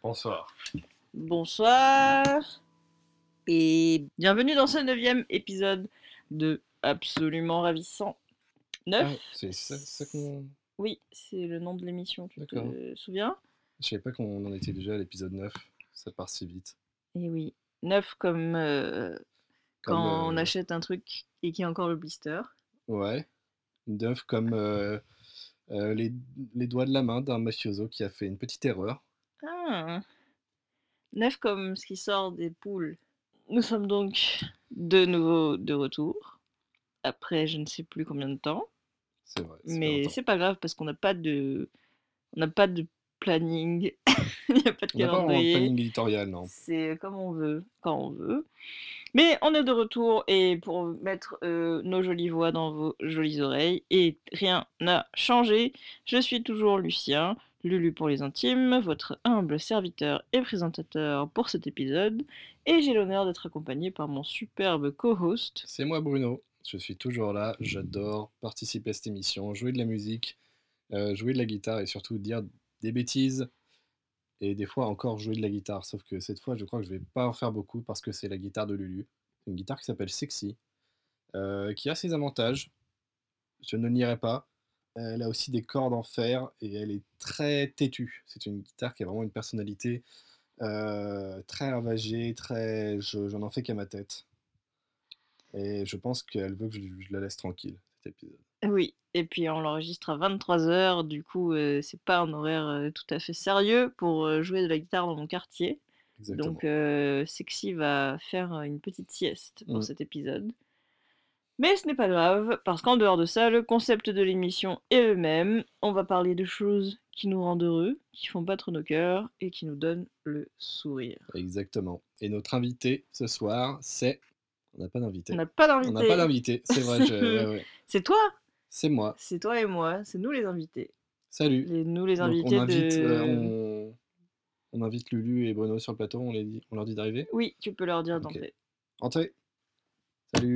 Bonsoir. Bonsoir et bienvenue dans ce 9e épisode de Absolument Ravissant. 9. Ah, c'est ça qu'on... Oui, c'est le nom de l'émission, tu D'accord. te souviens? Je savais pas qu'on en était déjà à l'épisode 9. Ça part si vite. Et oui, 9 comme Comme, quand on achète un truc et qu'il y a encore le blister. Ouais. 9 comme les doigts de la main d'un mafioso qui a fait une petite erreur. Ah, 9 comme ce qui sort des poules. Nous sommes donc de nouveau de retour, après je ne sais plus combien de temps. C'est vrai. Mais c'est pas grave parce qu'on n'a pas de planning, il n'y a pas de On n'a pas vraiment de calendrier. planning éditorial, non. C'est comme on veut, quand on veut. Mais on est de retour et pour mettre nos jolies voix dans vos jolies oreilles, et rien n'a changé. Je suis toujours Lucien, Lulu pour les intimes, votre humble serviteur et présentateur pour cet épisode, et j'ai l'honneur d'être accompagné par mon superbe co-host. C'est moi, Bruno. Je suis toujours là. J'adore participer à cette émission, jouer de la musique, jouer de la guitare et surtout dire des bêtises. Et des fois encore jouer de la guitare. Sauf que cette fois, je crois que je vais pas en faire beaucoup parce que c'est la guitare de Lulu. Une guitare qui s'appelle Sexy. Qui a ses avantages, je ne le nierai pas. Elle a aussi des cordes en fer et elle est très têtue. C'est une guitare qui a vraiment une personnalité très ravagée, j'en en fais qu'à ma tête. Et je pense qu'elle veut que je la laisse tranquille, cet épisode. Oui, et puis on l'enregistre à 23h, du coup c'est pas un horaire tout à fait sérieux pour jouer de la guitare dans mon quartier. Exactement. Donc Sexy va faire une petite sieste pour Mm. cet épisode. Mais ce n'est pas grave, parce qu'en dehors de ça, le concept de l'émission est le même. On va parler de choses qui nous rendent heureux, qui font battre nos cœurs et qui nous donnent le sourire. Exactement. Et notre invité ce soir, c'est... On n'a pas d'invité. On n'a pas d'invité. On n'a pas d'invité, c'est vrai. Ouais. C'est toi. C'est moi. C'est toi et moi, c'est nous les invités. Salut. Nous les Donc invités on invite Lulu et Bruno sur le plateau, on leur dit d'arriver. Oui, tu peux leur dire Ok. d'entrer. Entrez. Salut.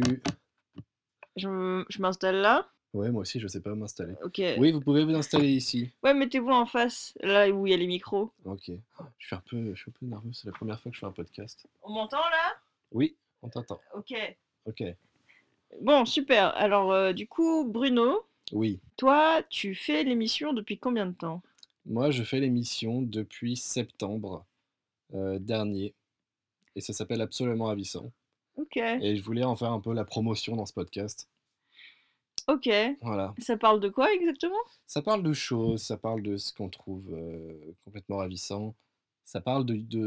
Je m'installe là. Ouais, moi aussi, je sais pas où m'installer. Ok. Oui, vous pouvez vous installer ici. Ouais, mettez-vous en face, là où il y a les micros. Ok. Je suis un peu nerveux, c'est la première fois que je fais un podcast. On m'entend là? Oui, on t'entend. Ok. Ok. Bon, super. Alors, du coup, Bruno, Oui. toi, tu fais l'émission depuis combien de temps? Moi, je fais l'émission depuis septembre dernier. Et ça s'appelle Absolument Ravissant. Ok. Et je voulais en faire un peu la promotion dans ce podcast. Ok. Voilà. Ça parle de quoi exactement? Ça parle de choses, ça parle de ce qu'on trouve complètement ravissant. Ça parle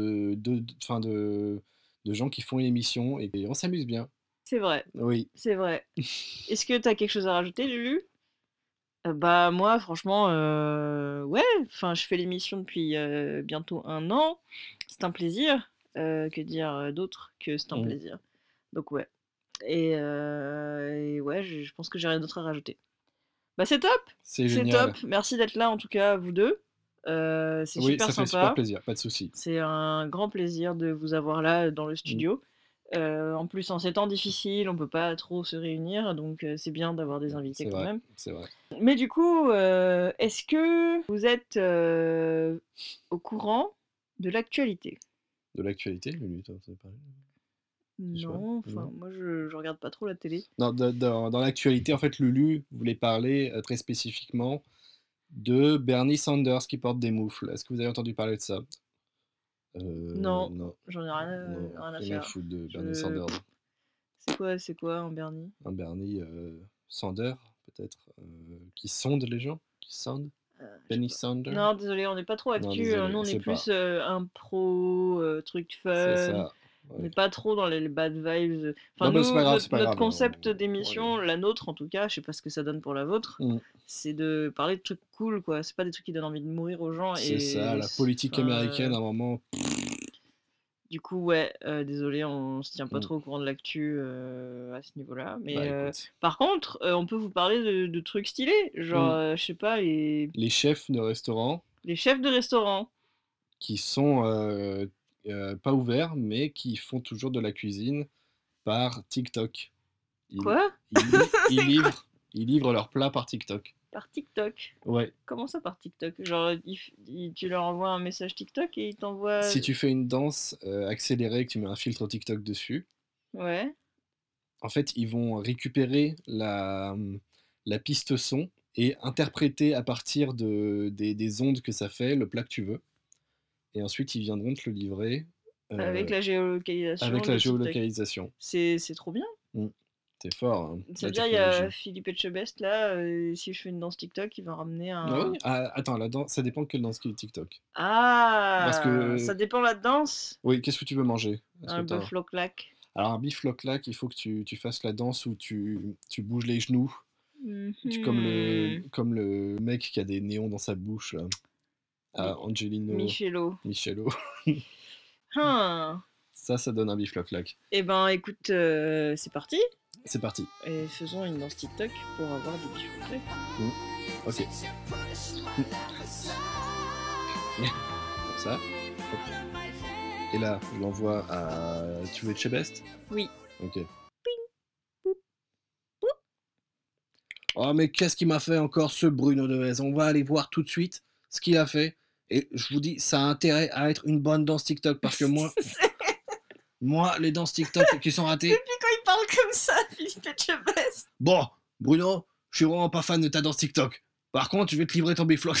de gens qui font une émission et on s'amuse bien. C'est vrai. Oui. C'est vrai. Est-ce que t'as quelque chose à rajouter, Lulu? Bah moi, franchement, ouais. Enfin, je fais l'émission depuis bientôt 1 an. C'est un plaisir. Que dire d'autre que c'est un plaisir. Donc ouais. Et ouais, je pense que j'ai rien d'autre à rajouter. Bah c'est top. C'est génial. Top. Merci d'être là en tout cas, vous deux. C'est Oui, super ça sympa. fait super plaisir, pas de souci. C'est un grand plaisir de vous avoir là dans le studio. En plus, en ces temps difficiles, on peut pas trop se réunir, donc c'est bien d'avoir des invités quand même. C'est vrai. Mais du coup, est-ce que vous êtes au courant de l'actualité? De l'actualité, Lulu, t'en as parlé? Non, enfin, moi je regarde pas trop la télé. Non, dans l'actualité, en fait, Lulu voulait parler très spécifiquement de Bernie Sanders qui porte des moufles. Est-ce que vous avez entendu parler de ça? Non, j'en ai rien à faire. Foutre de Bernie Sanders. C'est quoi un Bernie? Un Bernie Sanders, peut-être, qui sonde les gens, qui sonde. Bernie Sanders. Non, désolé, on n'est pas trop actu. Nous, on est plus impro, truc fun. C'est ça. Ouais. On n'est pas trop dans les bad vibes. Enfin, non, nous, c'est pas grave, notre concept d'émission, la nôtre en tout cas, je sais pas ce que ça donne pour la vôtre, c'est de parler de trucs cool, quoi. C'est pas des trucs qui donnent envie de mourir aux gens. C'est ça, la politique américaine, à un moment. Du coup, ouais, désolé, on se tient pas trop au courant de l'actu à ce niveau-là. Mais par contre, on peut vous parler de trucs stylés. Genre, je sais pas, les chefs de restaurant. Les chefs de restaurant. Qui sont pas ouverts, mais qui font toujours de la cuisine par TikTok. Quoi? Ils livrent leurs plats par TikTok. Par TikTok. Ouais. Comment ça par TikTok? Genre, tu leur envoies un message TikTok et ils t'envoient. Si tu fais une danse accélérée, que tu mets un filtre TikTok dessus, Ouais. en fait, ils vont récupérer la piste son et interpréter à partir des ondes que ça fait le plat que tu veux. Et ensuite, ils viendront te le livrer Avec la géolocalisation avec la de TikTok. géolocalisation. C'est trop bien. Mm. C'est fort, hein, Ça la veut dire, il y a technologie. Philippe Etchebest là, si je fais une danse TikTok, il va ramener Ah un. oui? Ah, attends, la danse, ça dépend de quelle danse qui est TikTok. Parce Ah, ça que, dépend la danse. oui, qu'est-ce que tu veux manger? Est-ce que Un t'as... bœuf loc-lac. Alors, un beef lock il faut que tu fasses la danse où tu bouges les genoux, Mhm. comme le mec qui a des néons dans sa bouche, là. Mi- Angelino Michelot. Michello. Hein. Ça donne un beef lock. Eh ben, écoute, c'est parti. C'est parti. Et faisons une danse TikTok pour avoir du bif loc-lac. Ok. Comme ça. Hop. Et là, je l'envoie à... Tu veux Chebest? Oui. Ok. Oh, mais qu'est-ce qu'il m'a fait encore ce Bruno Devez? On va aller voir tout de suite ce qu'il a fait. Et je vous dis, ça a intérêt à être une bonne danse TikTok parce que moi, les danses TikTok qui sont ratées. Depuis quand il parle comme ça, Philippe Etchebest? Bon, Bruno, je suis vraiment pas fan de ta danse TikTok. Par contre, je vais te livrer ton bifloc.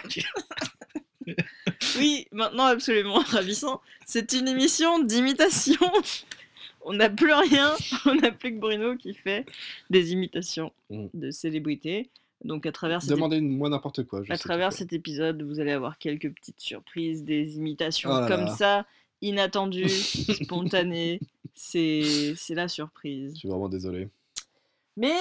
Oui, maintenant absolument ravissant. C'est une émission d'imitation. On n'a plus rien, on n'a plus que Bruno qui fait des imitations de célébrités. Donc à travers Demandez-moi n'importe quoi. À travers cet épisode, vous allez avoir quelques petites surprises, des imitations comme ça, inattendues, spontanées. C'est la surprise. Je suis vraiment désolé. Mais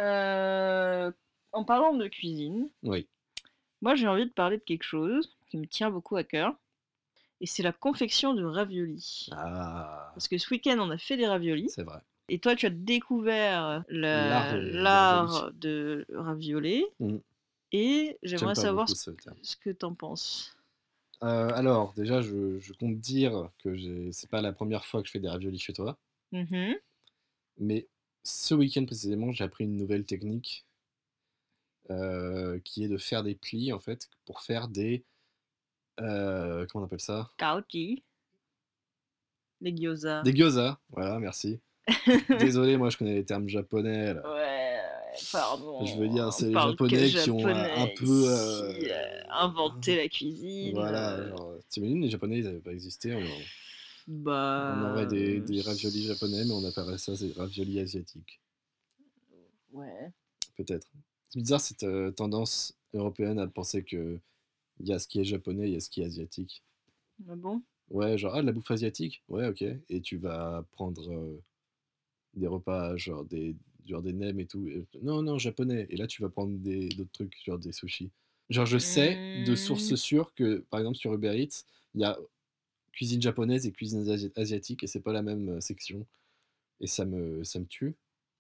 en parlant de cuisine, oui. Moi j'ai envie de parler de quelque chose qui me tient beaucoup à cœur. Et c'est la confection de raviolis. Ah. Parce que ce week-end, on a fait des raviolis. C'est vrai. Et toi, tu as découvert l'art de ravioler. Et j'aimerais savoir ce que tu en penses. Alors, déjà, je compte dire que c'est pas la première fois que je fais des raviolis chez toi. Mais ce week-end précisément, j'ai appris une nouvelle technique qui est de faire des plis, en fait, pour faire des... comment on appelle ça? Kaochi. Les gyoza. Des gyoza, voilà, merci. Désolé, moi je connais les termes japonais. Là. Ouais, pardon. Je veux dire, c'est les japonais qui ont un peu... inventé la cuisine. Voilà, genre, t'imagines, les japonais, ils n'avaient pas existé. On aurait des raviolis japonais, mais on appellerait ça des raviolis asiatiques. Ouais. Peut-être. C'est bizarre cette tendance européenne à penser que il y a ce qui est japonais, il y a ce qui est asiatique. Ah bon? Ouais, genre, de la bouffe asiatique? Ouais, ok. Et tu vas prendre des repas, genre des nems et tout. Non, japonais. Et là, tu vas prendre d'autres trucs, genre des sushis. Genre, je sais de sources sûres que, par exemple, sur Uber Eats, il y a cuisine japonaise et cuisine asiatique, et c'est pas la même section. Et ça me tue.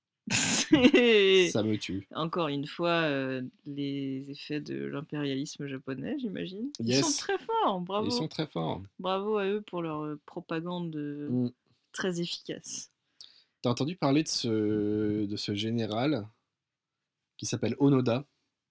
Ça me tue. Encore une fois, les effets de l'impérialisme japonais, j'imagine. Yes. Ils sont très forts, bravo. Ils sont très forts. Bravo à eux pour leur propagande très efficace. T'as entendu parler de ce général qui s'appelle Onoda?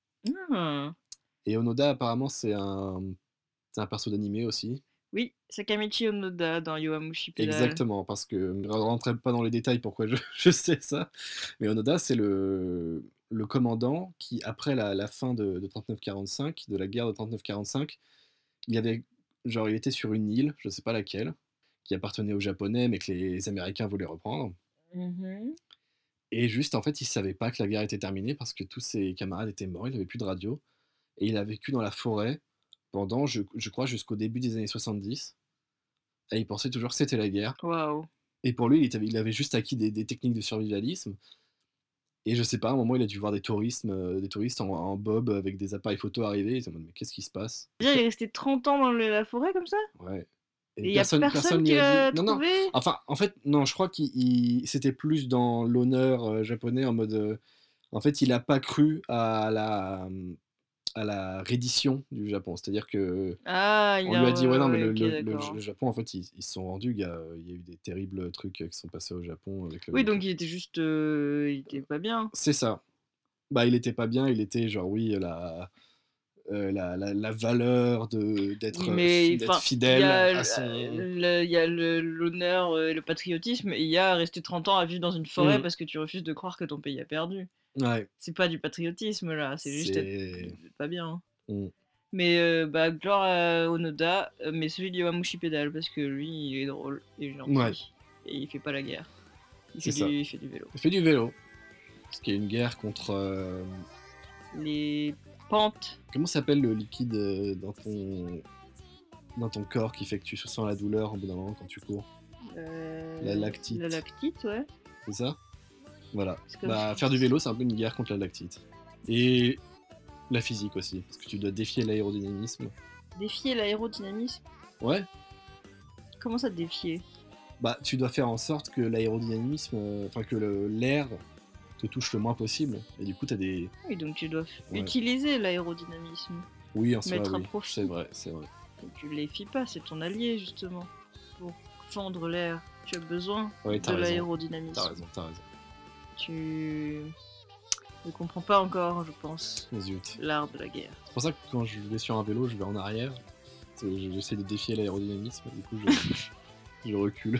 Et Onoda, apparemment, c'est un perso d'animé aussi. Oui, Sakamichi Onoda dans Yowamushi Pedal. Exactement, parce que je ne rentrerai pas dans les détails pourquoi je sais ça. Mais Onoda, c'est le commandant qui, après la fin de 39-45, de la guerre de 39-45, il était sur une île, je sais pas laquelle, qui appartenait aux Japonais, mais que les Américains voulaient reprendre. Et juste, en fait, il savait pas que la guerre était terminée parce que tous ses camarades étaient morts, il n'avait plus de radio. Et il a vécu dans la forêt pendant, je crois, jusqu'au début des années 70. Et il pensait toujours que c'était la guerre. Waouh. Et pour lui, il avait juste acquis des techniques de survivalisme. Et je sais pas, à un moment, il a dû voir des touristes en bob avec des appareils photo arriver. Ils se demandent, mais qu'est-ce qui se passe? Il est resté 30 ans dans la forêt comme ça? Ouais. Et il y a personne qui l'a trouvé? Non. Enfin, en fait, non, je crois qu'il c'était plus dans l'honneur japonais en mode... en fait, il a pas cru à la reddition du Japon. C'est-à-dire que on lui a dit, ouais, non, mais le Japon, en fait, ils se sont rendus, gars. Il y a eu des terribles trucs qui sont passés au Japon avec le... Oui, donc il était juste... il était pas bien. C'est ça. Bah, il était pas bien, il était genre oui, la valeur Oui, mais d'être enfin, il y fidèle a à son il y a l'honneur et le patriotisme, et il y a rester 30 ans à vivre dans une forêt mmh, parce que tu refuses de croire que ton pays a perdu. ouais, C'est pas du patriotisme là, c'est juste être c'est pas bien. mmh, Mais bah, gloire à Onoda, mais celui de Yowamushi pédale parce que lui, il est drôle et ouais, gentil et il fait pas la guerre. c'est ça. Il fait du vélo. Il fait du vélo, ce qui est une guerre contre, Les pentes, comment s'appelle le liquide, dans ton corps qui fait que tu sens la douleur au bout d'un moment quand tu cours? La la lactite, lactite, ouais, c'est ça? Voilà. c'est comme Bah, faire du vélo, c'est un peu une guerre contre la lactite et la physique aussi, parce que tu dois défier l'aérodynamisme. défier l'aérodynamisme. Ouais, Comment ça défier? bah, tu dois faire en sorte que l'aérodynamisme, enfin que l'air te touche le moins possible et du coup, tu as des Oui, donc tu dois ouais. utiliser l'aérodynamisme, Oui, en soi, mettre à oui, c'est profit. vrai, c'est vrai. Donc tu les fies pas, c'est ton allié justement. Pour fendre l'air, tu as besoin Ouais, de t'as raison, t'as l'aérodynamisme. raison, t'as raison. Tu ne comprends pas encore, je pense, Zut. l'art de la guerre. C'est pour ça que quand je vais sur un vélo, je vais en arrière. J'essaie de défier l'aérodynamisme, du coup, je recule.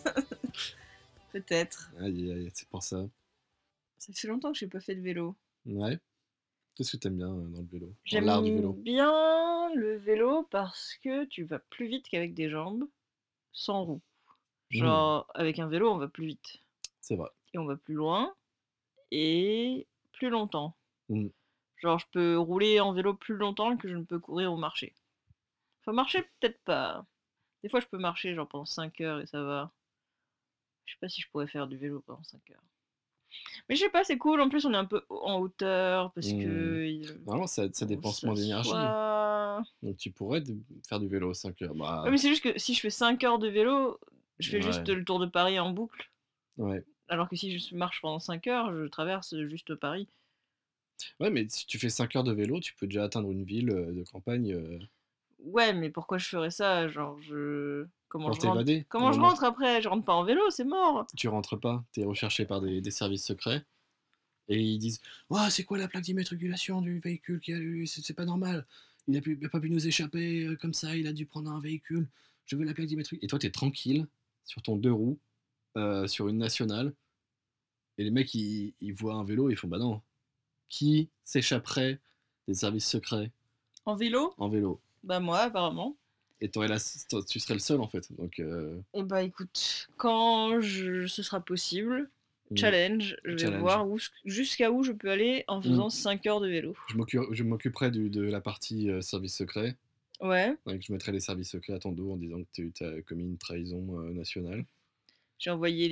Peut-être. Aïe, aïe, c'est pour ça. Ça fait longtemps que j'ai pas fait de vélo. Ouais. Qu'est-ce que t'aimes bien dans le vélo? Dans l'art du J'aime vélo? bien le vélo parce que tu vas plus vite qu'avec des jambes, sans roues. Hmm, Genre, avec un vélo, on va plus vite. c'est vrai. Et on va plus loin et plus longtemps. Hmm. Genre, je peux rouler en vélo plus longtemps que je ne peux courir ou marcher. Enfin, marcher, peut-être pas. Des fois, je peux marcher genre pendant 5 heures et ça va. Je sais pas si je pourrais faire du vélo pendant 5 heures. Mais je sais pas, c'est cool. En plus, on est un peu en hauteur parce Hmm. que Normalement, ça on dépense moins d'énergie. s'assoit. Donc tu pourrais faire du vélo 5 heures. Ouais, Bah, mais c'est juste que si je fais 5 heures de vélo, je fais juste ouais. le tour de Paris en boucle. Ouais. Alors que si je marche pendant 5 heures, je traverse juste Paris. Ouais, mais si tu fais 5 heures de vélo, tu peux déjà atteindre une ville de campagne Ouais, mais pourquoi je ferais ça? Genre, pour t'évader un Comment je moment. rentre après? Je rentre pas en vélo, c'est mort! Tu rentres pas, t'es recherché par des services secrets et ils disent: «Ouah, c'est quoi la plaque d'immatriculation du véhicule qui a eu? C'est pas normal. Il a pas pu nous échapper comme ça, il a dû prendre un véhicule. Je veux la plaque d'immatriculation». Et toi, t'es tranquille sur ton 2 roues sur une nationale et les mecs ils voient un vélo, ils font: «Bah non, qui s'échapperait des services secrets En vélo? en vélo?» Bah moi, apparemment. Et tu serais le seul en fait. Donc Et bah écoute, quand ce sera possible, mmh, challenge, je vais challenge. voir jusqu'à où je peux aller en Mmh. faisant 5 heures de vélo. Je m'occuperai de la partie service secret. Ouais, Ouais, que je mettrai les services secrets à ton dos en disant que tu as commis une trahison nationale. j'ai envoyé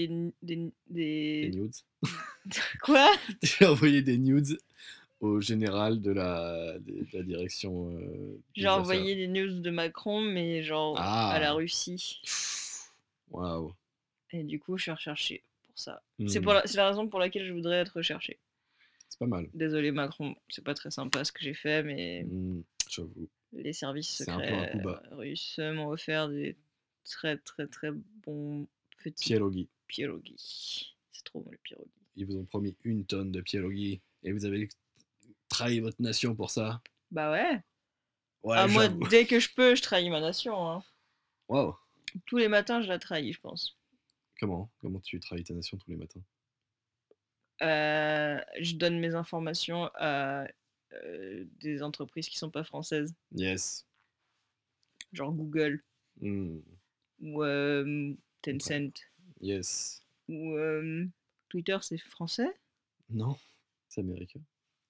Des nudes. Quoi? J'ai envoyé des nudes au général de la direction J'ai des affaires. envoyé des news de Macron, mais genre à la Ah, Russie. waouh. Et du coup, je suis recherchée pour ça. Hmm, C'est la raison pour laquelle je voudrais être recherchée. c'est pas mal. Désolé Macron, c'est pas très sympa ce que j'ai fait, mais Hmm, j'avoue. les services C'est un peu un coup secrets bas. russes m'ont offert des très très très bons petits Pierogi. pierogies. C'est trop bon les pierogies. Ils vous ont promis 1 tonne de pierogi et vous avez trahi votre nation pour ça. Bah ouais. Ouais, Ah moi, j'avoue. dès que je peux, je trahis ma nation, hein. Waouh. Tous les matins, je la trahis, je pense. Comment tu trahis ta nation tous les matins? Je donne mes informations à des entreprises qui sont pas françaises, Yes. genre Google Hmm, ou Tencent yes. ou Twitter, c'est français. Non, c'est américain.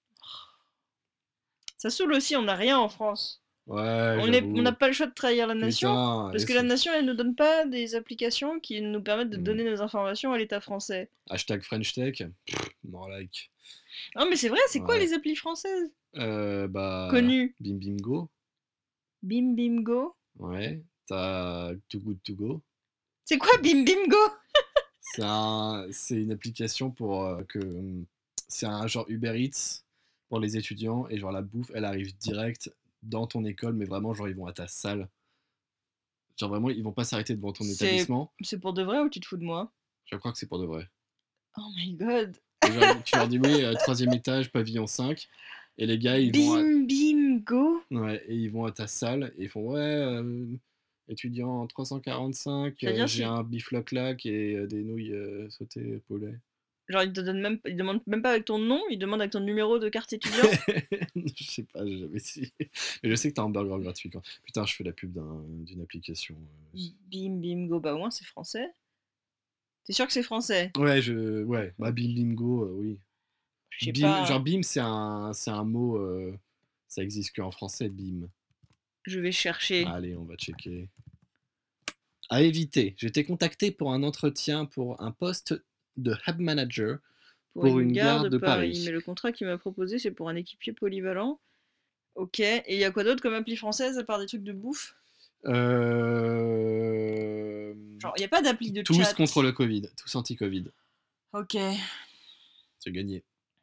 Ça saoule aussi, on n'a rien en France. Ouais, On n'a j'avoue. pas le choix de trahir la nation, Putain, parce que la nation, elle ne donne pas des applications qui nous permettent de hmm. donner nos informations à l'État français. Hashtag French Tech. More like. Ah mais c'est vrai, c'est quoi Ouais. les applis françaises Bah. connues? Bim Bim Go. Bim Bim Go? Ouais. T'as Too Good To Go. C'est quoi Bim Bim Go? C'est une application pour c'est un genre Uber Eats pour les étudiants et genre la bouffe, elle arrive direct dans ton école, mais vraiment genre ils vont à ta salle. Genre vraiment ils vont pas s'arrêter devant ton C'est établissement. c'est pour de vrai ou tu te fous de moi? Je crois que c'est pour de vrai. Oh my god. Genre, tu leur dis oui, 3e étage, pavillon 5. Et les gars, ils vont Bim, go. ouais, et ils vont à ta salle et ils font ouais, étudiant 345, C'est-à-dire j'ai si, un bifloc-lac et des nouilles sautées poulet. genre, ils demandent même pas avec ton nom, ils demandent avec ton numéro de carte étudiant. Je sais pas, j'ai jamais essayé. Mais je sais que t'as un burger gratuit quand. Putain, je fais la pub d'une application. Bim, go. Bah, au moins, c'est français. T'es sûr que c'est français? Ouais, bah bim bim go, oui. Je sais Bim, pas. genre bim, c'est un mot, ça existe que en français, bim. Je vais chercher. Allez, on va checker. À éviter. J'ai été contacté pour un entretien pour un poste de hub manager Pour pour une une gare gare de de Paris. Mais Paris. le contrat qu'il m'a proposé, c'est pour un équipier polyvalent. Ok. Et il y a quoi d'autre comme appli française à part des trucs de bouffe? Euh... Genre, il n'y a pas d'appli de Tous chat. contre le Covid, tous anti-Covid. Ok. C'est gagné.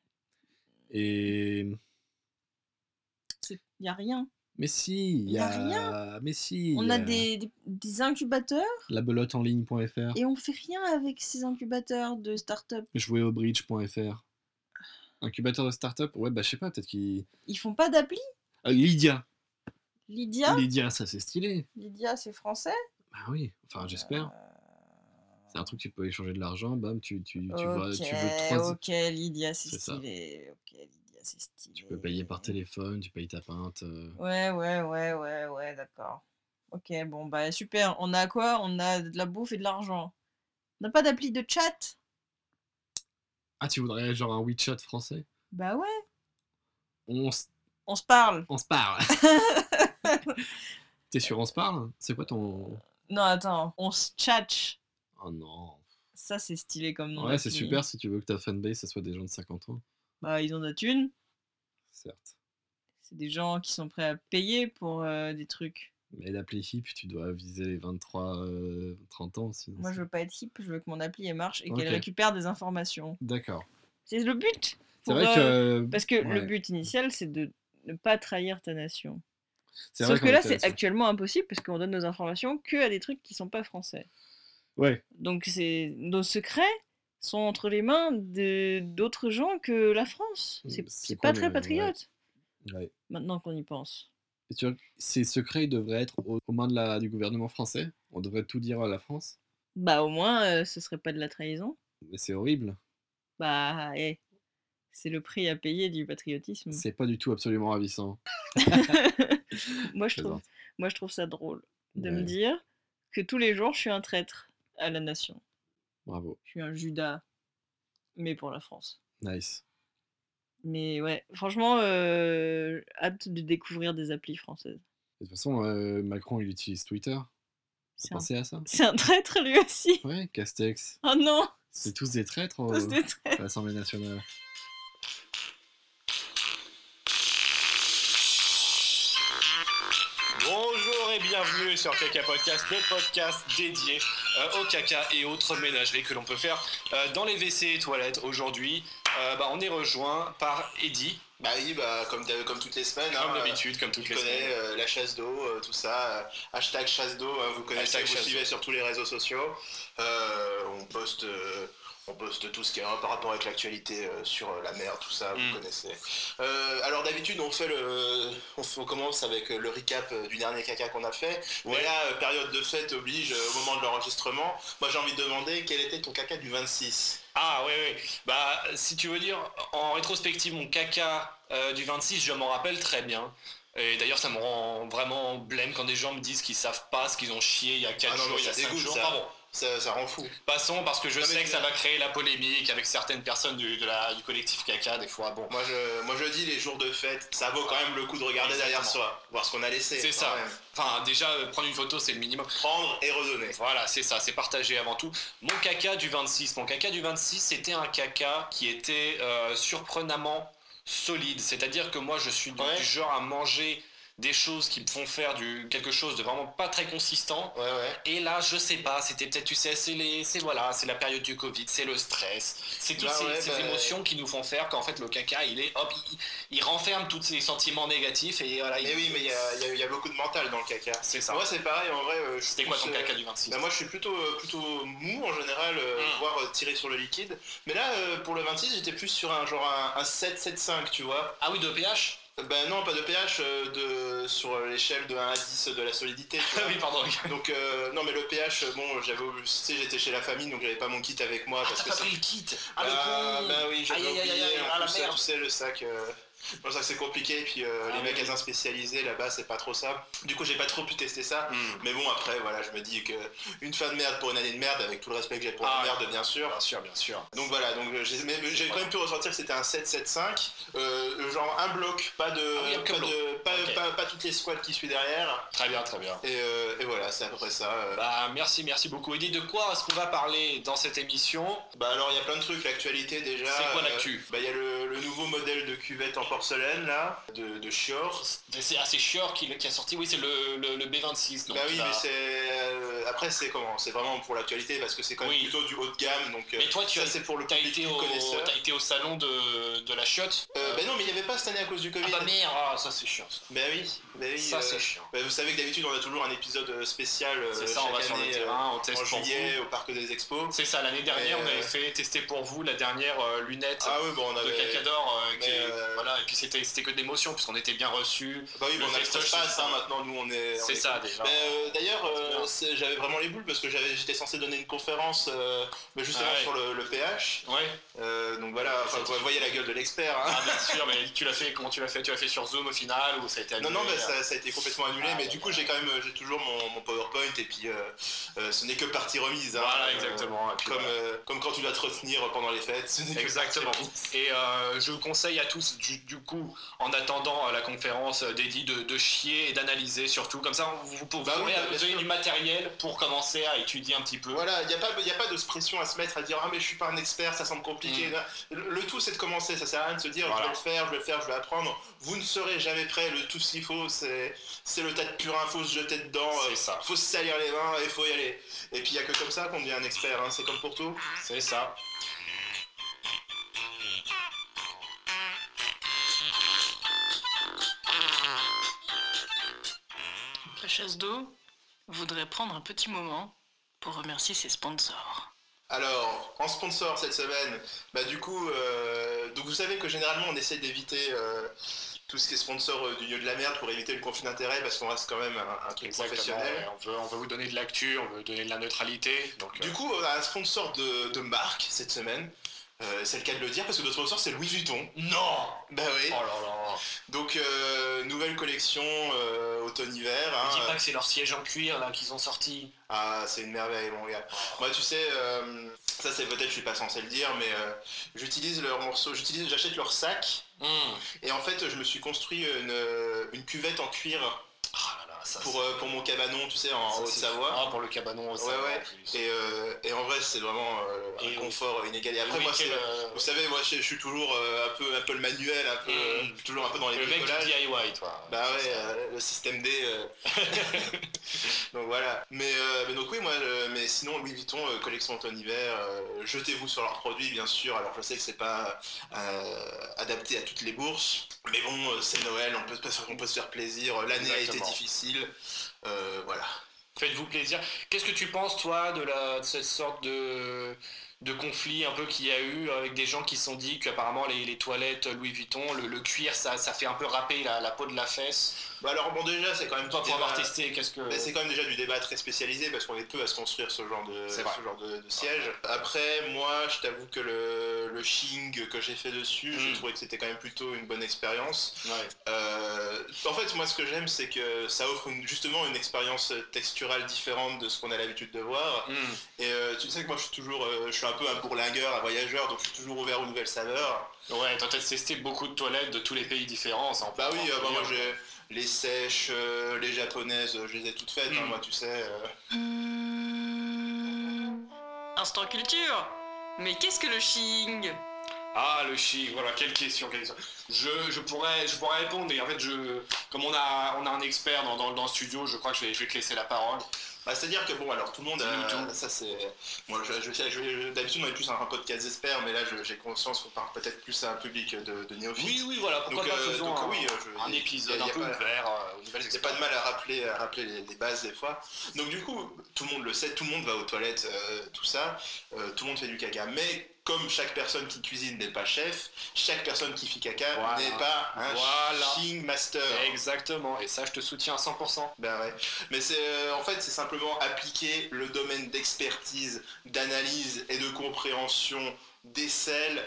Et Il n'y a rien. mais si, il Il y n'y a rien. a mais si, il On y a a des incubateurs labelotenligne.fr, et on fait rien avec ces incubateurs de start-up. joueaubridge.fr. Incubateur de start-up? Ouais, bah je sais pas, peut-être qu'il Ils font pas d'appli? Lydia. Lydia? Lydia, ça c'est stylé. Lydia, c'est français? Bah oui, enfin j'espère. C'est un truc tu peux échanger de l'argent, bam, tu vois, Ok, tu veux 3. ok, Lydia, c'est C'est ça. stylé. Ok, Lydia, c'est stylé. Tu peux payer par téléphone, tu payes ta pinte. Ouais, d'accord. Ok, bon, bah super. On a quoi? On a de la bouffe et de l'argent. On n'a pas d'appli de chat? Ah, tu voudrais genre un WeChat français? Bah ouais, On s on se parle. on se parle. T'es sur On se parle? C'est quoi ton Non, attends, on se tchatche. oh non. Ça, c'est stylé comme nom Ouais, c'est d'appli. super si tu veux que ta fanbase, ça soit des gens de 50 ans. Bah, ils ont de la thune. Certes. C'est des gens qui sont prêts à payer pour des trucs. Mais l'appli hip, tu dois viser les 23, 30 ans sinon Moi, c'est je veux pas être hip, je veux que mon appli elle marche et OK. qu'elle récupère des informations. D'accord. C'est le but. C'est Pour, vrai que parce que le ouais. but initial, c'est de ne pas trahir ta nation. C'est vrai Sauf que qu'on là, était c'est là-dessus. actuellement impossible parce qu'on donne nos informations que à des trucs qui sont pas français. Ouais. Donc nos secrets sont entre les mains d'autres gens que la France. C'est quoi pas très ouais. patriote. Ouais. Maintenant qu'on y pense. Et tu vois, ces secrets ils devraient être aux mains du gouvernement français. On devrait tout dire à la France. Bah au moins, ce serait pas de la trahison. Mais c'est horrible. Bah, c'est le prix à payer du patriotisme. C'est pas du tout absolument ravissant. moi, Je plaisante. je trouve ça drôle de me Ouais. dire que tous les jours, je suis un traître à la nation. Bravo. Je suis un Judas, mais pour la France. Nice. Mais ouais, franchement, hâte de découvrir des applis françaises. De toute façon, Macron, il utilise Twitter. C'est T'as pensé à ça? C'est un traître lui aussi. Ouais, Castex. Oh non, C'est tous des traîtres tous des à traîtres. l'Assemblée nationale. Bonjour et bienvenue sur Caca Podcast, le podcast dédié au caca et autres ménageries que l'on peut faire dans les WC et toilettes. Aujourd'hui, on est rejoint par Eddy. Bah oui, comme toutes les semaines. Comme d'habitude, comme toutes les semaines. Tu connais la chasse d'eau, tout ça. Hashtag chasse d'eau, vous connaissez, Hashtag vous chasse suivez d'eau. sur tous les réseaux sociaux. On poste tout ce qui a un rapport avec l'actualité sur la mer, tout ça, vous connaissez. Alors d'habitude, on commence avec le recap du dernier caca qu'on a fait. Ouais. Mais là, période de fête oblige, au moment de l'enregistrement. Moi, j'ai envie de demander quel était ton caca du 26. Ah ouais. Bah si tu veux dire, en rétrospective, mon caca du 26, je m'en rappelle très bien. Et d'ailleurs, ça me rend vraiment blême quand des gens me disent qu'ils savent pas ce qu'ils ont chié il y a 4 jours, il y a 5 jours. Ça. Enfin bon. Ça rend fou. Passons, parce que je sais que ça va créer la polémique avec certaines personnes du collectif caca, des fois. Bon. Moi je dis les jours de fête, ça vaut quand même le coup de regarder derrière soi, voir ce qu'on a laissé. C'est ça. Même. Enfin, déjà, prendre une photo, c'est le minimum. Prendre et redonner. Voilà, c'est ça, c'est partagé avant tout. Mon caca du 26, c'était un caca qui était surprenamment solide. C'est-à-dire que moi, je suis du genre à manger des choses qui me font faire quelque chose de vraiment pas très consistant. Ouais. Et là, je sais pas, c'était peut-être, tu sais, c'est la période du Covid, c'est le stress, c'est toutes ces émotions qui nous font faire qu'en fait le caca, il renferme tous ces sentiments négatifs et voilà. Mais oui, mais il y a beaucoup de mental dans le caca. C'est ça. Moi, c'est pareil, en vrai. C'était quoi ton caca du 26? Bah, moi, je suis plutôt mou en général, voire tiré sur le liquide. Mais là, pour le 26, j'étais plus sur un 7,5, tu vois. Ah oui, de pH? Ben non, pas de pH, sur l'échelle de 1 à 10 de la solidité. Tu vois. Oui, pardon. Donc, non, mais le pH, bon, j'étais chez la famille, donc j'avais pas mon kit avec moi. Parce t'as que pas pris le kit? Ah, le coup. Bah oui, j'avais oublié. Ah, la En plus, merde. tu sais, le sac. Bon, ça c'est compliqué, et puis les magasins spécialisés là-bas c'est pas trop ça. Du coup j'ai pas trop pu tester ça, mais bon après voilà, je me dis que une fin de merde pour une année de merde, avec tout le respect que j'ai pour la merde bien sûr. Bien sûr. Donc voilà, donc j'ai quand même pu ressentir que c'était un 7,75, genre un bloc, pas toutes les squats qui suivent derrière. Très bien. Et voilà, c'est à peu près ça. Bah merci beaucoup. Eddie, de quoi est-ce qu'on va parler dans cette émission? Bah alors il y a plein de trucs, l'actualité déjà. C'est quoi l'actu? Bah il y a le nouveau modèle de cuvette en porcelaine là, de Chior. C'est assez Chior qui a sorti, oui c'est le B26. Donc bah oui, mais c'est après c'est vraiment pour l'actualité parce que c'est quand même plutôt du haut de gamme, donc. Mais toi c'est pour le public connaisseur. T'as été au salon de la chiotte? Bah non, mais il n'y avait pas cette année à cause du Covid. Ah bah merde, ça c'est chiant. Bah oui. Ça c'est chiant. Bah, vous savez que d'habitude on a toujours un épisode spécial. C'est ça, on va sur le terrain, on teste en juillet au parc des expos. C'est ça, l'année dernière on avait fait tester pour vous la dernière lunette de Cacador voilà, et puis c'était que de l'émotion puisqu'on était bien reçus. Bah oui, on a fait ça maintenant, nous on est. C'est ça déjà. D'ailleurs, j'avais vraiment les boules parce que j'étais censé donner une conférence justement sur le pH. Ouais. Donc voilà, vous voyez la gueule de l'expert. Hein. Ah bien sûr, mais comment tu l'as fait? Tu l'as fait sur Zoom au final ou ça a été annulé? Non, ça a été complètement annulé, mais du coup j'ai toujours mon PowerPoint et puis ce n'est que partie remise. Hein, voilà, exactement. Comme quand tu dois te retenir pendant les fêtes, ce n'est que partie remise. Et je vous conseille à tous, du coup, en attendant la conférence d'Eddie, de chier et d'analyser surtout. Comme ça, vous avez du matériel pour commencer à étudier un petit peu. Voilà, il n'y a pas de pression à se mettre à dire ah mais je suis pas un expert, ça semble compliqué. Le tout c'est de commencer, ça sert à rien de se dire je vais le faire, je vais apprendre. Vous ne serez jamais prêt, tout ce qu'il faut c'est le tas de purin, faut se jeter dedans, faut se salir les mains et faut y aller. Et puis il n'y a que comme ça qu'on devient un expert, hein, c'est comme pour tout. C'est ça. La chasse d'eau voudrait prendre un petit moment pour remercier ses sponsors. Alors, en sponsor cette semaine, du coup, donc vous savez que généralement on essaie d'éviter tout ce qui est sponsor du lieu de la merde pour éviter le conflit d'intérêts parce qu'on reste quand même un truc professionnel. Ouais, on veut vous donner de l'actu, on veut donner de la neutralité. Donc, du coup, on a un sponsor de marque cette semaine. C'est le cas de le dire parce que notre sponsor c'est Louis Vuitton. Non. Bah oui. Oh là là. Donc nouvelle collection automne-hiver. Dis pas que c'est leur siège en cuir là qu'ils ont sorti. Ah c'est une merveille mon gars. Moi tu sais, ça c'est peut-être je suis pas censé le dire mais j'utilise leurs morceaux, j'achète leur sac et en fait je me suis construit une cuvette en cuir. Pour mon cabanon, tu sais, en Haute-Savoie. Ah, pour le cabanon Haute-Savoie. Ouais. Et en vrai, c'est vraiment un confort inégalé. Après, moi, vous savez, moi, je suis toujours un peu le manuel, toujours un peu dans les bricolages. Le mec du DIY, toi. Bah ouais, le système D. Donc voilà. Mais donc oui, moi, mais sinon, Louis Vuitton, collection automne-hiver, jetez-vous sur leurs produits, bien sûr. Alors, je sais que c'est pas adapté à toutes les bourses. Mais bon, c'est Noël, on peut se faire plaisir. L'année a été difficile. Voilà. Faites-vous plaisir. Qu'est-ce que tu penses, toi, de cette sorte de conflit un peu qu'il y a eu avec des gens qui se sont dit qu'apparemment les toilettes Louis Vuitton, le cuir, ça fait un peu râper la peau de la fesse? Alors bon, déjà c'est quand même toi pour avoir testé, c'est quand même déjà du débat très spécialisé parce qu'on est peu à se construire ce genre de siège. Après moi je t'avoue que le shing que j'ai fait dessus, j'ai trouvé que c'était quand même plutôt une bonne expérience. En fait moi ce que j'aime c'est que ça offre justement une expérience texturale différente de ce qu'on a l'habitude de voir. Et tu sais que moi je suis un peu un bourlingueur, un voyageur, donc je suis toujours ouvert aux nouvelles saveurs. Ouais, t'as testé beaucoup de toilettes de tous les pays différents. Bah oui, moi j'ai les sèches, les japonaises, je les ai toutes faites, moi tu sais. Instant culture. Mais qu'est-ce que le shing? Ah, le chic, voilà, quelle question. Je pourrais répondre, mais en fait, comme on a un expert dans le studio, je crois que je vais te laisser la parole. Bah, c'est-à-dire que bon, alors tout le monde ça c'est. Moi, d'habitude, on est plus un podcast d'experts, mais là, j'ai conscience qu'on parle peut-être plus à un public de néophytes. Oui, voilà, pourquoi pas faisons un y épisode a un peu pas- ouvert aux nouvelles Il n'y a pas expériences. de mal à rappeler les bases des fois. Donc du coup, tout le monde le sait, tout le monde va aux toilettes, tout ça, tout le monde fait du caca. Mais comme chaque personne qui cuisine n'est pas chef, chaque personne qui fait caca Voilà. n'est pas un Voilà. shing master. Exactement, et ça, je te soutiens à 100%. Ben ouais. Mais en fait, c'est simplement appliquer le domaine d'expertise, d'analyse et de compréhension des selles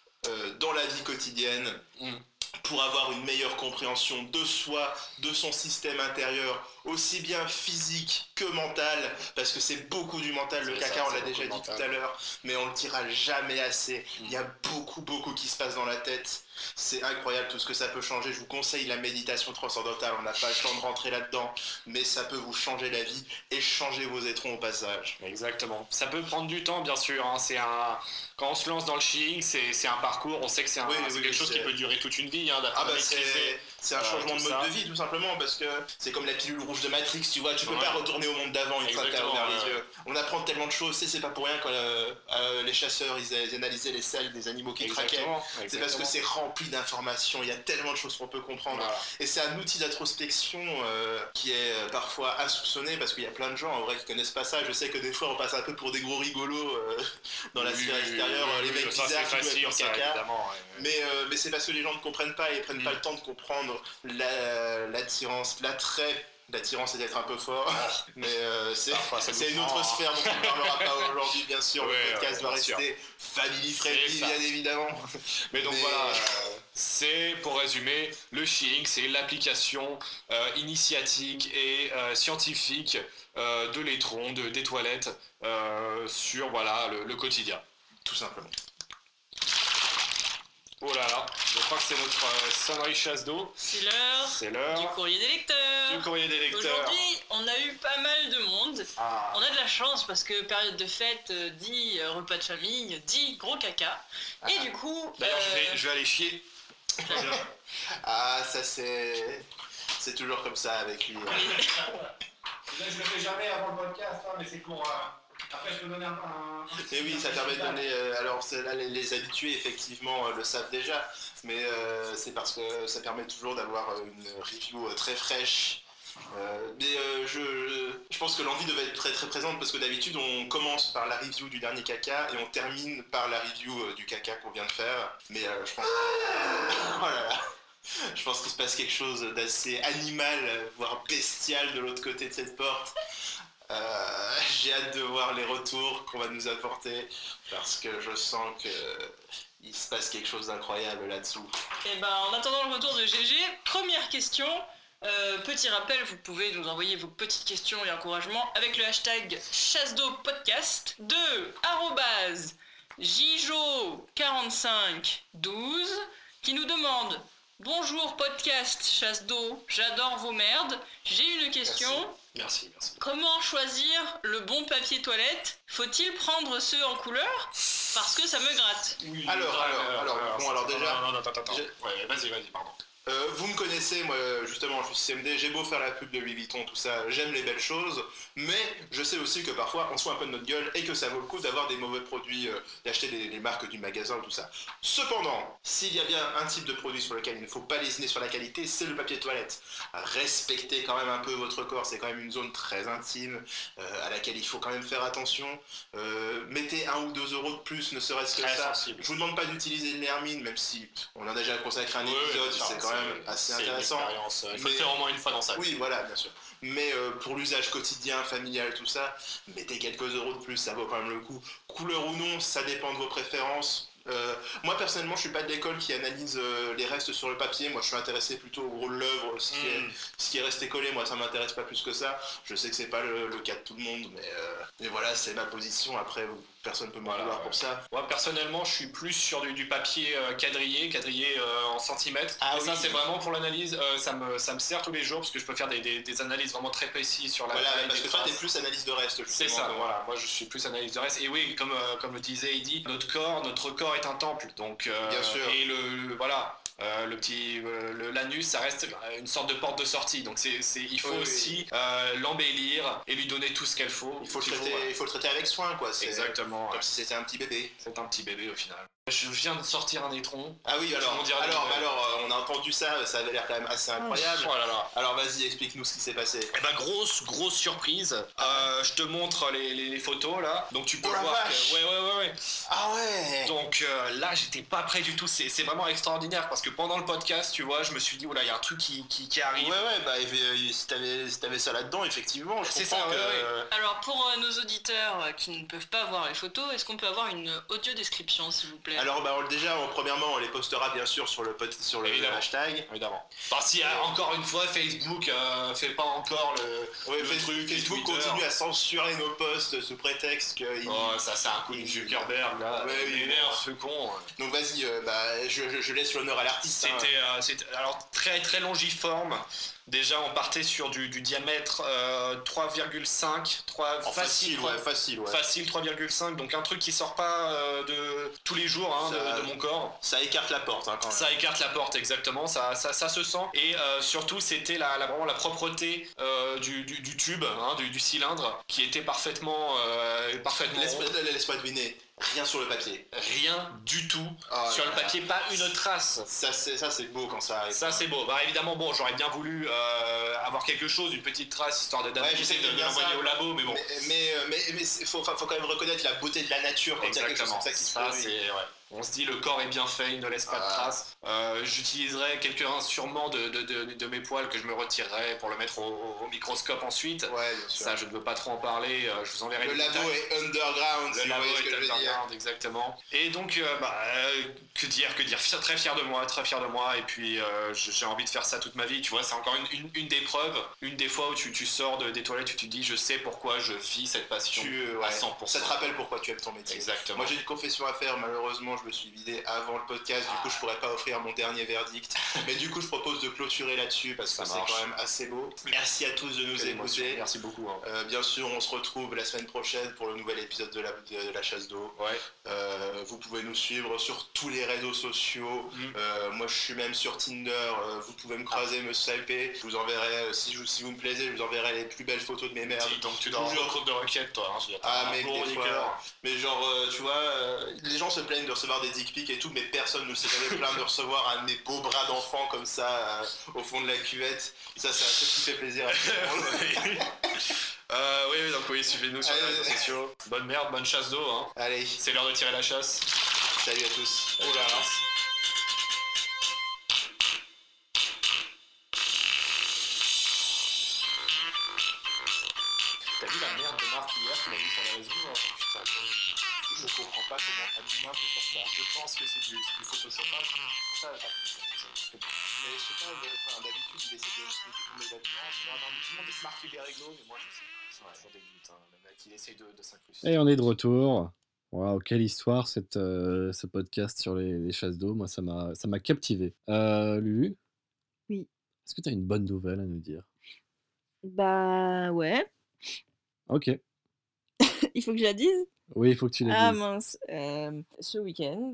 dans la vie quotidienne. Pour avoir une meilleure compréhension de soi, de son système intérieur, aussi bien physique que mental, parce que c'est beaucoup du mental, le caca, on l'a déjà dit tout à l'heure, mais on le dira jamais assez. Il y a beaucoup qui se passe dans la tête. C'est incroyable tout ce que ça peut changer. Je vous conseille la méditation transcendantale, on n'a pas le temps de rentrer là-dedans, mais ça peut vous changer la vie et changer vos étrons au passage. Exactement. Ça peut prendre du temps, bien sûr. Hein. Quand on se lance dans le Shing, c'est un parcours. On sait que c'est quelque chose qui peut durer toute une vie. Hein, c'est un changement de mode de vie, tout simplement, parce que c'est comme la pilule rouge de Matrix, tu vois, tu peux pas retourner au monde d'avant une fois que t'as ouvert les yeux. On apprend tellement de choses, c'est pas pour rien quand les chasseurs ils analysaient les selles des animaux qui craquaient. C'est parce que c'est rempli d'informations, il y a tellement de choses qu'on peut comprendre. Voilà. Et c'est un outil d'introspection qui est parfois insoupçonné, parce qu'il y a plein de gens en vrai qui connaissent pas ça. Je sais que des fois on passe un peu pour des gros rigolos dans la sphère extérieure, les mecs bizarres qui jouent avec leur caca. Mais c'est parce que les gens ne comprennent pas et prennent pas le temps de comprendre l'attirance, l'attrait. L'attirance, c'est d'être un peu fort, mais c'est une autre sphère dont on ne parlera pas aujourd'hui, bien sûr. Le podcast va rester family friendly, bien évidemment. Mais donc voilà, c'est, pour résumer, le Shing, c'est l'application initiatique et scientifique de l'étron, des toilettes sur le quotidien. Tout simplement. Oh là là, je crois que c'est notre sonnerie chasse d'eau. C'est l'heure du courrier des lecteurs. Aujourd'hui, on a eu pas mal de monde. On a de la chance parce que période de fête dit repas de famille, dit gros caca. Et du coup... D'ailleurs, je vais aller chier. Ça c'est toujours comme ça avec lui. Je le fais jamais avant le podcast, mais c'est pour... Après, je peux donner un... Et oui, ça permet de donner... alors, là, les habitués, effectivement, le savent déjà, mais c'est parce que ça permet toujours d'avoir une review très fraîche. Je pense que l'envie devait être très très présente, parce que d'habitude, on commence par la review du dernier caca et on termine par la review du caca qu'on vient de faire. Mais je pense... Oh là là. Je pense qu'il se passe quelque chose d'assez animal, voire bestial de l'autre côté de cette porte. J'ai hâte de voir les retours qu'on va nous apporter, parce que je sens qu'il se passe quelque chose d'incroyable là-dessous. Et en attendant le retour de GG, première question. Petit rappel, vous pouvez nous envoyer vos petites questions et encouragements avec le hashtag #chassedeau-podcast de @jijo4512 qui nous demande: bonjour podcast chasse d'eau, j'adore vos merdes, j'ai une question. Merci. Comment choisir le bon papier toilette? Faut-il prendre ceux en couleur? Parce que ça me gratte. Oui, alors déjà... Non, attends. Ouais, vas-y, pardon. Vous me connaissez, moi justement, je suis CMD, j'ai beau faire la pub de Louis Vuitton, tout ça, j'aime les belles choses, mais je sais aussi que parfois on se fout un peu de notre gueule et que ça vaut le coup d'avoir des mauvais produits, d'acheter les marques du magasin, tout ça. Cependant, s'il y a bien un type de produit sur lequel il ne faut pas lésiner sur la qualité, c'est le papier toilette. Respectez quand même un peu votre corps, c'est quand même une zone très intime, à laquelle il faut quand même faire attention. Mettez 1 ou 2 € de plus, ne serait-ce que très ça. sensible. Je vous demande pas d'utiliser de l'hermine, même si on en a déjà consacré un épisode, c'est quand même assez intéressant. Il faut le faire au moins une fois dans sa vie. Oui, voilà, bien sûr. Mais pour l'usage quotidien, familial, tout ça, mettez quelques euros de plus, ça vaut quand même le coup. Couleur ou non, ça dépend de vos préférences. Moi personnellement je suis pas de l'école qui analyse les restes sur le papier. Moi je suis intéressé plutôt au gros de l'œuvre, ce qui est resté collé. Moi ça m'intéresse pas plus que ça. Je sais que c'est pas le cas de tout le monde, mais voilà, c'est ma position. Après personne peut m'en vouloir pour ça. Moi personnellement je suis plus sur du papier quadrillé en centimètres. Ça c'est vraiment pour l'analyse. Ça me sert tous les jours parce que je peux faire des analyses vraiment très précises sur la voilà, parce que toi t'es plus analyse de reste justement. C'est ça, voilà. Moi je suis plus analyse de reste. Et oui, comme le disait Eddy, notre corps corps est un temple, donc Bien sûr. et voilà. Le petit l'anus, ça reste une sorte de porte de sortie, donc il faut aussi l'embellir et lui donner tout ce qu'il faut. Il faut le traiter avec soin, quoi. Exactement. Comme si c'était un petit bébé. C'est un petit bébé au final. Je viens de sortir un étron. Ah oui, alors on a entendu ça, ça avait l'air quand même assez incroyable. Oh là là. Alors vas-y, explique-nous ce qui s'est passé. Eh ben grosse surprise. Je te montre les photos là, donc tu peux voir vache. que ouais. Ah ouais. Donc là, j'étais pas prêt du tout. C'est vraiment extraordinaire parce que pendant le podcast, tu vois, je me suis dit oula, il y a un truc qui arrive. Ouais, bah si t'avais ça là-dedans, effectivement, c'est ça. Alors pour nos auditeurs qui ne peuvent pas voir les photos, est-ce qu'on peut avoir une audio description, s'il vous plaît? Alors premièrement, on les postera bien sûr sur le hashtag. Évidemment. Enfin, si encore une fois Facebook fait pas encore le truc. Facebook continue à censurer nos posts sous prétexte que. Ça c'est un coup de Zuckerberg là. Il énerve ce con. Donc vas-y, je laisse l'honneur à l'artiste. C'était alors très très longiforme. Déjà, on partait sur du diamètre 3,5, facile 3,5, donc un truc qui sort pas de tous les jours de mon corps. Ça écarte la porte quand même. Ça écarte la porte, exactement, ça se sent. Et surtout, c'était vraiment la propreté du tube, du cylindre, qui était parfaitement Laisse-moi deviner. Rien sur le papier. Rien du tout sur le papier, pas une trace. Ça c'est beau quand ça arrive. Ça c'est beau. Bah évidemment j'aurais bien voulu avoir quelque chose, une petite trace histoire de l'envoyer au labo, mais bon. Mais faut quand même reconnaître la beauté de la nature quand il y a quelque chose comme ça qui se produit. On se dit le corps est bien fait, il ne laisse pas de traces. J'utiliserai quelques-uns sûrement de mes poils que je me retirerai pour le mettre au microscope ensuite. Ouais, bien sûr. Ça, je ne veux pas trop en parler. Je vous enverrai le labo est underground. Le labo est underground, exactement. Et donc, que dire très fier de moi. Et puis, j'ai envie de faire ça toute ma vie. Tu vois, c'est encore une des preuves, une des fois où tu sors des toilettes, tu te dis, je sais pourquoi je vis cette passion à 100%. Ça te rappelle pourquoi tu aimes ton métier. Exactement. Moi, j'ai une confession à faire. Malheureusement, je me suis vidé avant le podcast, du coup je pourrais pas offrir mon dernier verdict, mais du coup je propose de clôturer là-dessus parce que c'est quand même assez beau. Merci à tous de nous écouter. Merci beaucoup. Bien sûr, on se retrouve la semaine prochaine pour le nouvel épisode de la chasse d'eau. Vous pouvez nous suivre sur tous les réseaux sociaux. Moi je suis même sur Tinder. Vous pouvez me croiser, me swiper. Je vous enverrai, si vous me plaisez, je vous enverrai les plus belles photos de mes merdes. Donc tu dois avoir un compte de requête, toi. Mec, des fois. Mais genre, tu vois, les gens se plaignent de recevoir des dick pics et tout, mais personne ne s'est jamais plaint de recevoir un de mes beaux bras d'enfant comme ça au fond de la cuvette. Ça, c'est un truc qui fait plaisir à tout le monde. Donc suivez-nous sur les réseaux sociaux. Bonne merde, bonne chasse d'eau. Allez, c'est l'heure de tirer la chasse. Salut à tous. Oh là là. T'as vu la merde de Marc hier, tu l'as vu sur les réseaux? Putain, je comprends pas comment un humain peut faire ça. Je pense que c'est du photoshopage. Ça, mais je sais pas, d'habitude, il essaie de tomber là-dedans. Non, tout le monde est smart, il est réglo, mais moi, je sais. C'est toujours des buts, le mec, il essaie de s'incruster. Et on est de retour. Waouh, quelle histoire, ce podcast sur les chasses d'eau. Moi, ça m'a captivé. Lulu? Oui. Est-ce que tu as une bonne nouvelle à nous dire? Bah ouais. Ok. Il faut que je la dise? Oui, il faut que tu la dises. Ah mince. Ce week-end,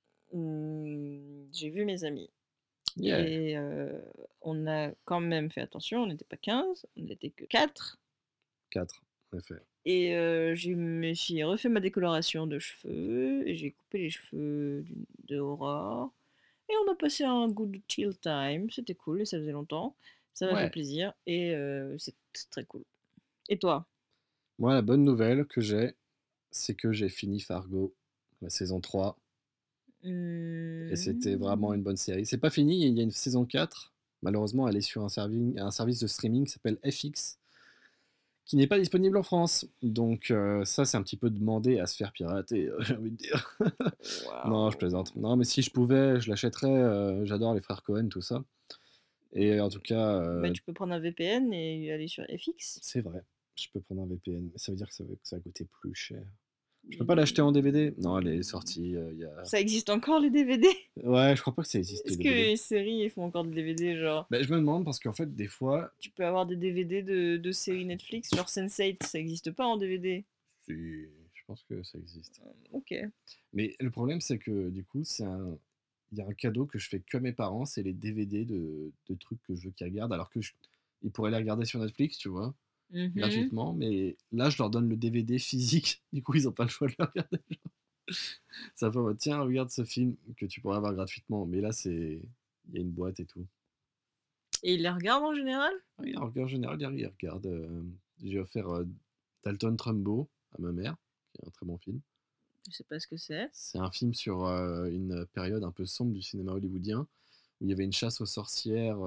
j'ai vu mes amis. Yeah. Et on a quand même fait attention, on n'était pas 15, on n'était que 4. 4, en effet. Et je me suis refait ma décoloration de cheveux, et j'ai coupé les cheveux de Aurore. Et on a passé un good chill time, c'était cool, et ça faisait longtemps. Ça m'a fait plaisir, et c'est très cool. Et toi? Moi, la bonne nouvelle que j'ai, c'est que j'ai fini Fargo, la saison 3. Et c'était vraiment une bonne série. C'est pas fini, il y a une saison 4. Malheureusement, elle est sur un service de streaming qui s'appelle FX, qui n'est pas disponible en France. Donc ça, c'est un petit peu demandé à se faire pirater, j'ai envie de dire. Wow. Non, je plaisante. Non, mais si je pouvais, je l'achèterais. J'adore les frères Cohen, tout ça. Et en tout cas... Bah, tu peux prendre un VPN et aller sur FX. C'est vrai, je peux prendre un VPN, mais ça veut dire que ça va coûter plus cher. Je peux pas l'acheter en DVD? Non, elle est sortie il y a... Ça existe encore les DVD? Ouais, je crois pas que ça existe. Est-ce que les séries ils font encore des DVD genre? Bah, je me demande parce qu'en fait des fois... Tu peux avoir des DVD de séries Netflix, genre Sense8, ça existe pas en DVD? Si, je sais pense que ça existe. Ok. Mais le problème, c'est que du coup, il y a un cadeau que je fais que à mes parents, c'est les DVD de trucs que je veux qu'ils regardent, alors que ils pourraient les regarder sur Netflix, tu vois, gratuitement, mais là, je leur donne le DVD physique, du coup, ils n'ont pas le choix de le regarder. Ça fait, tiens, regarde ce film que tu pourrais avoir gratuitement, mais là, il y a une boîte et tout. Et ils les regardent en général? Oui, en général, ils regardent. J'ai offert Dalton Trumbo à ma mère, qui est un très bon film. Je sais pas ce que c'est. C'est un film sur une période un peu sombre du cinéma hollywoodien, où il y avait une chasse aux sorcières,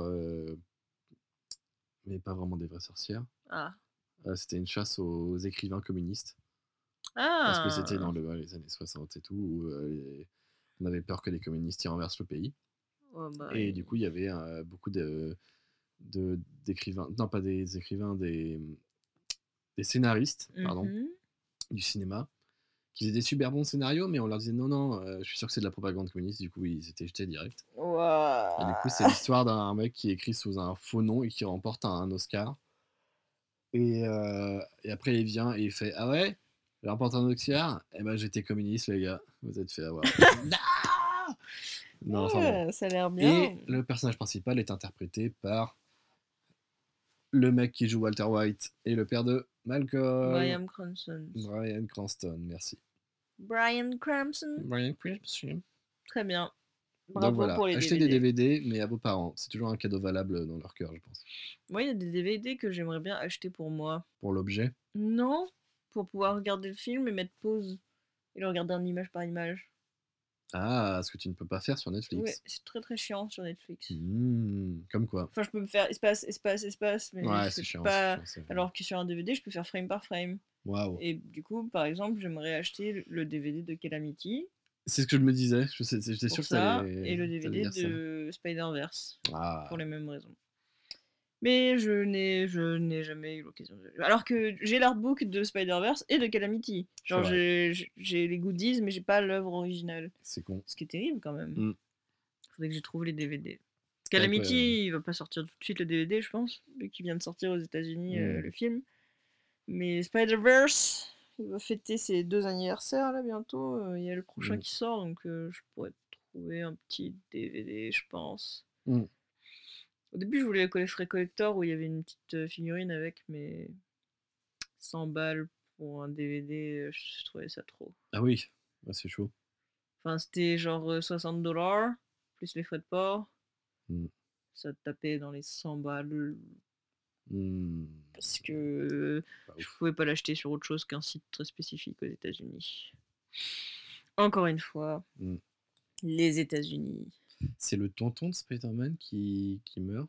mais pas vraiment des vraies sorcières. Ah. C'était une chasse aux écrivains communistes. Parce que c'était dans les années 60 et tout, où on avait peur que les communistes y renversent le pays. Et du coup, il y avait beaucoup d'écrivains, non pas des écrivains, des scénaristes, pardon, du cinéma, qui faisaient des super bons scénarios, mais on leur disait non, je suis sûr que c'est de la propagande communiste, du coup ils étaient jetés direct. Et du coup, c'est l'histoire d'un mec qui écrit sous un faux nom et qui remporte un Oscar. Et après, il vient et il fait ah ouais, j'ai remporté un Oscar, et ben j'étais communiste, les gars, vous êtes fait avoir. Non, enfin bon. Ça a l'air bien. Et le personnage principal est interprété par le mec qui joue Walter White et le père de Malcolm. Bryan Cranston. Bryan Cranston, merci. Bryan Cranston. Très bien. Bravo. Donc voilà, pour les achetez DVD. des DVD, mais à vos parents. C'est toujours un cadeau valable dans leur cœur, je pense. Moi, il y a des DVD que j'aimerais bien acheter pour moi. Pour l'objet? Non, pour pouvoir regarder le film et mettre pause et le regarder en image par image. Ah, ce que tu ne peux pas faire sur Netflix. Ouais, c'est très très chiant sur Netflix. Comme quoi. Enfin, je peux me faire espace, mais Ouais, je c'est peux chiant. pas. c'est chiant, Alors que sur un DVD, je peux faire frame par frame. Waouh. Et du coup, par exemple, j'aimerais acheter le DVD de Calamity. C'est ce que je me disais. J'étais sûr que ça, t'allais. et le DVD dire ça. de Spider-Verse. Ah. Pour les mêmes raisons. Mais je n'ai jamais eu l'occasion de... Alors que j'ai l'artbook de Spider-Verse et de Calamity. Genre j'ai les goodies, mais j'ai pas l'œuvre originale. C'est con. Ce qui est terrible quand même. Faudrait que je trouve les DVD. Calamity, il va pas sortir tout de suite le DVD, je pense, vu qu'il vient de sortir aux États-Unis le film. Mais Spider-Verse, il va fêter ses 2 anniversaires là bientôt. Il y a le prochain qui sort, donc je pourrais trouver un petit DVD, je pense. Au début, je voulais le coffret collector où il y avait une petite figurine avec, mais 100 balles pour un DVD, je trouvais ça trop. Ah oui, c'est chaud. Enfin, c'était genre $60, plus les frais de port. Ça tapait dans les 100 balles. Parce que je pouvais pas l'acheter sur autre chose qu'un site très spécifique aux États-Unis. Encore une fois, les États-Unis. C'est le tonton de Spider-Man qui meurt?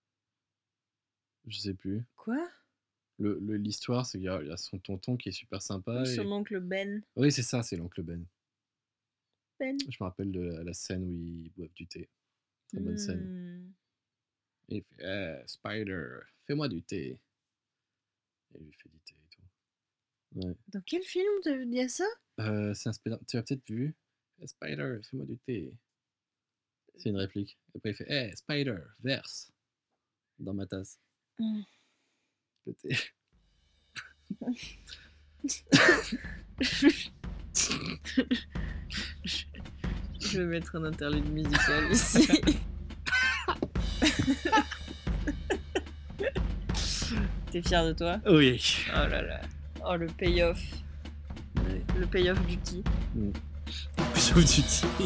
Je sais plus. Quoi? L'histoire, c'est qu'il y a son tonton qui est super sympa. Son oncle Ben. Oui, c'est ça, c'est l'oncle Ben. Ben. Je me rappelle de la scène où ils boivent du thé. Très bonne scène. Et il fait Spider, fais-moi du thé. Et il lui fait du thé et tout. Ouais. Dans quel film il y a ça? C'est un Spider. Tu as peut-être vu Spider, fais-moi du thé. C'est une réplique. Et après il fait Spider, verse dans ma tasse. Le thé. Je vais mettre un interlude musical ici. T'es fier de toi? Oui. Oh là là. Oh, le payoff. Le payoff du tea. Payoff du tea.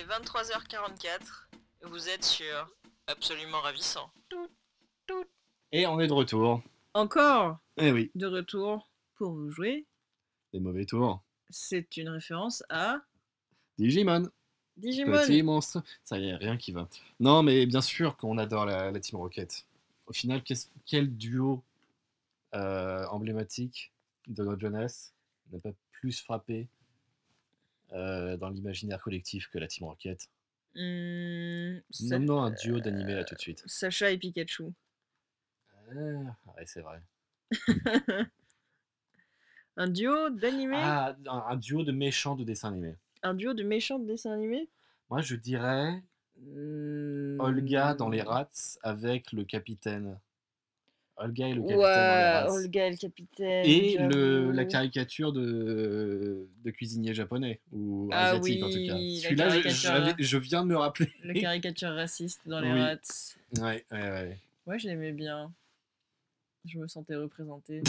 est 23h44. Vous êtes sur Absolument Ravissant. Et on est de retour. Encore Eh oui. de retour pour vous jouer. Des mauvais tours. C'est une référence à Digimon. Digimon. Petit monstre. Ça y est, rien qui va. Non, mais bien sûr qu'on adore la Team Rocket. Au final, quel duo emblématique de notre jeunesse n'a pas plus frappé dans l'imaginaire collectif que la Team Rocket. Nomme-nous un duo d'animé là tout de suite. Sacha et Pikachu. Ouais, c'est vrai. Un duo d'animé. Ah, un duo de méchants de dessins animés. Un duo de méchants de dessins animés. Moi, je dirais Olga dans les Rats avec le capitaine. Olga et le capitaine dans les Rats. Olga et le capitaine. Et la caricature de cuisinier japonais, ou asiatique en tout cas. Celui-là, je viens de me rappeler. Le caricature raciste dans les Rats. Ouais. Ouais, je l'aimais bien. Je me sentais représentée.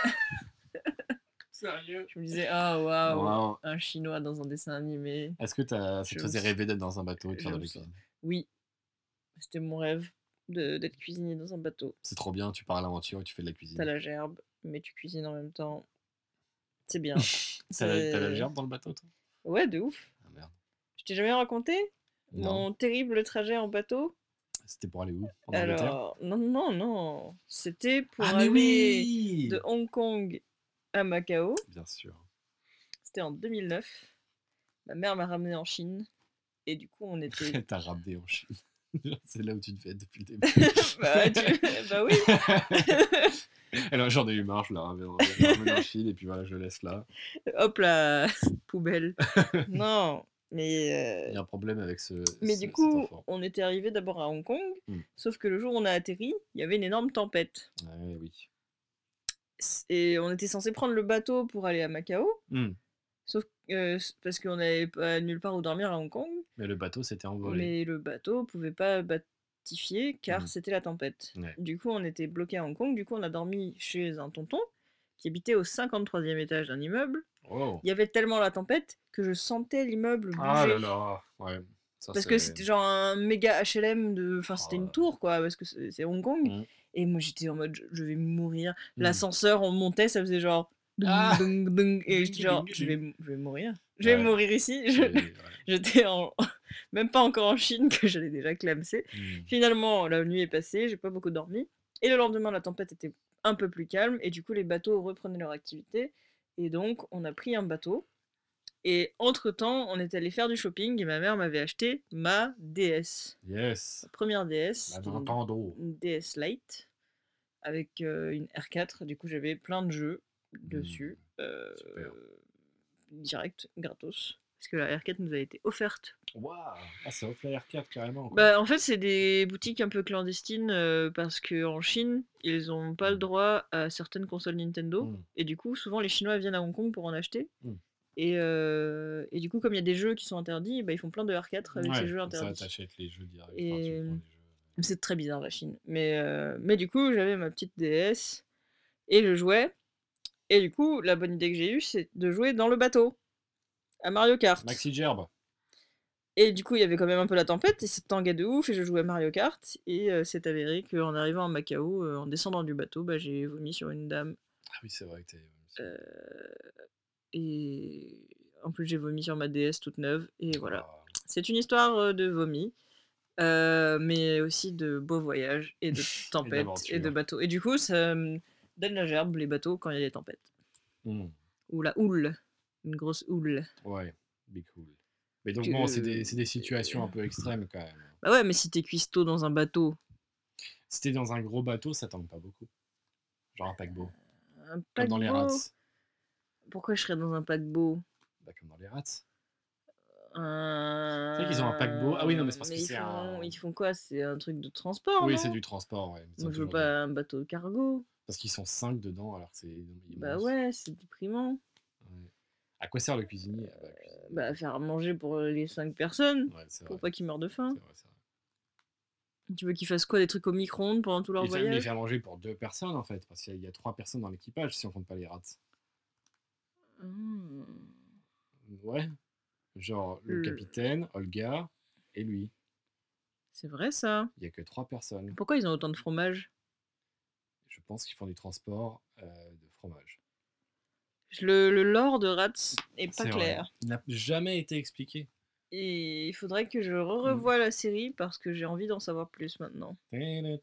Sérieux? Je me disais, oh waouh, un chinois dans un dessin animé. Est-ce que ça te faisait rêver d'être dans un bateau et de faire de la cuisine? Oui, c'était mon rêve d'être cuisinier dans un bateau. C'est trop bien, tu pars à l'aventure et tu fais de la cuisine. T'as la gerbe, mais tu cuisines en même temps. C'est bien. T'as la gerbe dans le bateau, toi? Ouais, de ouf. Ah merde. Je t'ai jamais raconté mon terrible trajet en bateau? C'était pour aller où? En Alors, non. C'était pour aller de Hong Kong à Macao. Bien sûr. C'était en 2009. Ma mère m'a ramené en Chine. Et du coup, on était... T'as ramené en Chine. C'est là où tu devais être depuis le début. Bah oui. Alors j'en ai eu marre, je l'ai ramené en Chine et puis voilà, je laisse là. Hop là, poubelle. Non, mais... Il y a un problème avec Mais du coup, on était arrivé d'abord à Hong Kong, sauf que le jour où on a atterri, il y avait une énorme tempête. Ouais, oui. Et on était censé prendre le bateau pour aller à Macao, sauf parce qu'on n'avait pas nulle part où dormir à Hong Kong. Mais le bateau s'était envolé. Mais le bateau pouvait pas batifier car c'était la tempête. Ouais. Du coup, on était bloqué à Hong Kong. Du coup, on a dormi chez un tonton qui habitait au 53e étage d'un immeuble. Oh. Il y avait tellement la tempête que je sentais l'immeuble bouger. Ah là là, ouais. Ça, parce que c'était genre un méga HLM enfin c'était une tour quoi, parce que c'est Hong Kong. Et moi j'étais en mode je vais mourir. L'ascenseur on montait, ça faisait genre ding, et j'étais genre je vais mourir. Je vais mourir ici. J'étais même pas encore en Chine que j'allais déjà clamser. Finalement la nuit est passée, j'ai pas beaucoup dormi. Et le lendemain la tempête était un peu plus calme et du coup les bateaux reprenaient leur activité. Et donc on a pris un bateau. Et entre-temps, on est allé faire du shopping et ma mère m'avait acheté ma DS. Yes. Ma première DS. La Nintendo. Une DS Lite avec une R4. Du coup, j'avais plein de jeux dessus. Direct, gratos. Parce que la R4 nous a été offerte. Waouh. Ah, c'est off la R4 carrément. Quoi. Bah, en fait, c'est des boutiques un peu clandestines parce qu'en Chine, ils ont pas le droit à certaines consoles Nintendo. Et du coup, souvent, les Chinois viennent à Hong Kong pour en acheter. Et du coup, comme il y a des jeux qui sont interdits, bah, ils font plein de R4 avec ces jeux interdits. Ça, t'achètes les jeux direct. Et c'est très bizarre la Chine. Mais du coup, j'avais ma petite DS et je jouais. Et du coup, la bonne idée que j'ai eue, c'est de jouer dans le bateau à Mario Kart. Maxi Gerbe. Et du coup, il y avait quand même un peu la tempête et c'est tanguait de ouf et je jouais à Mario Kart. Et c'est avéré qu'en arrivant à Macao, en descendant du bateau, bah, j'ai vomi sur une dame. Ah oui, c'est vrai que t'as et en plus, j'ai vomi sur ma DS toute neuve. Et voilà. C'est une histoire de vomi, mais aussi de beaux voyages et de tempêtes et de bateaux. Et du coup, ça me donne la gerbe, les bateaux, quand il y a des tempêtes. Ou la houle. Une grosse houle. Ouais, big houle. Mais donc, bon, c'est des situations un peu extrêmes quand même. Bah ouais, mais si t'es cuistot dans un bateau. Si t'es dans un gros bateau, ça tangue pas beaucoup. Genre un paquebot. Un paquebot. Comme dans les Rats. Pourquoi je serais dans un paquebot? Bah, comme dans les Rats. C'est vrai qu'ils ont un paquebot. Ah oui, non, mais c'est parce que c'est Ils font quoi? C'est un truc de transport, oui, non? c'est du transport, ouais. Moi, je veux pas un bateau cargo. Parce qu'ils sont 5 dedans, alors que c'est... Bah ouais, c'est déprimant. Ouais. À quoi sert le cuisinier? Bah, faire manger pour les 5 personnes. Ouais, c'est pour vrai. Pas qu'ils meurent de faim. C'est vrai. Tu veux qu'ils fassent quoi? Des trucs au micro-ondes pendant tout leur voyage? Mais faire manger pour 2 personnes, en fait. Parce qu'il y a 3 personnes dans l'équipage, si on compte pas les Rats. Ouais. Genre le capitaine, Olga et lui. C'est vrai ça. Il n'y a que 3 personnes. Pourquoi ils ont autant de fromage? Je pense qu'ils font du transport de fromage. Le lore de Rats est pas C'est vrai. clair. Il n'a jamais été expliqué. Et il faudrait que je revoie la série parce que j'ai envie d'en savoir plus maintenant. Les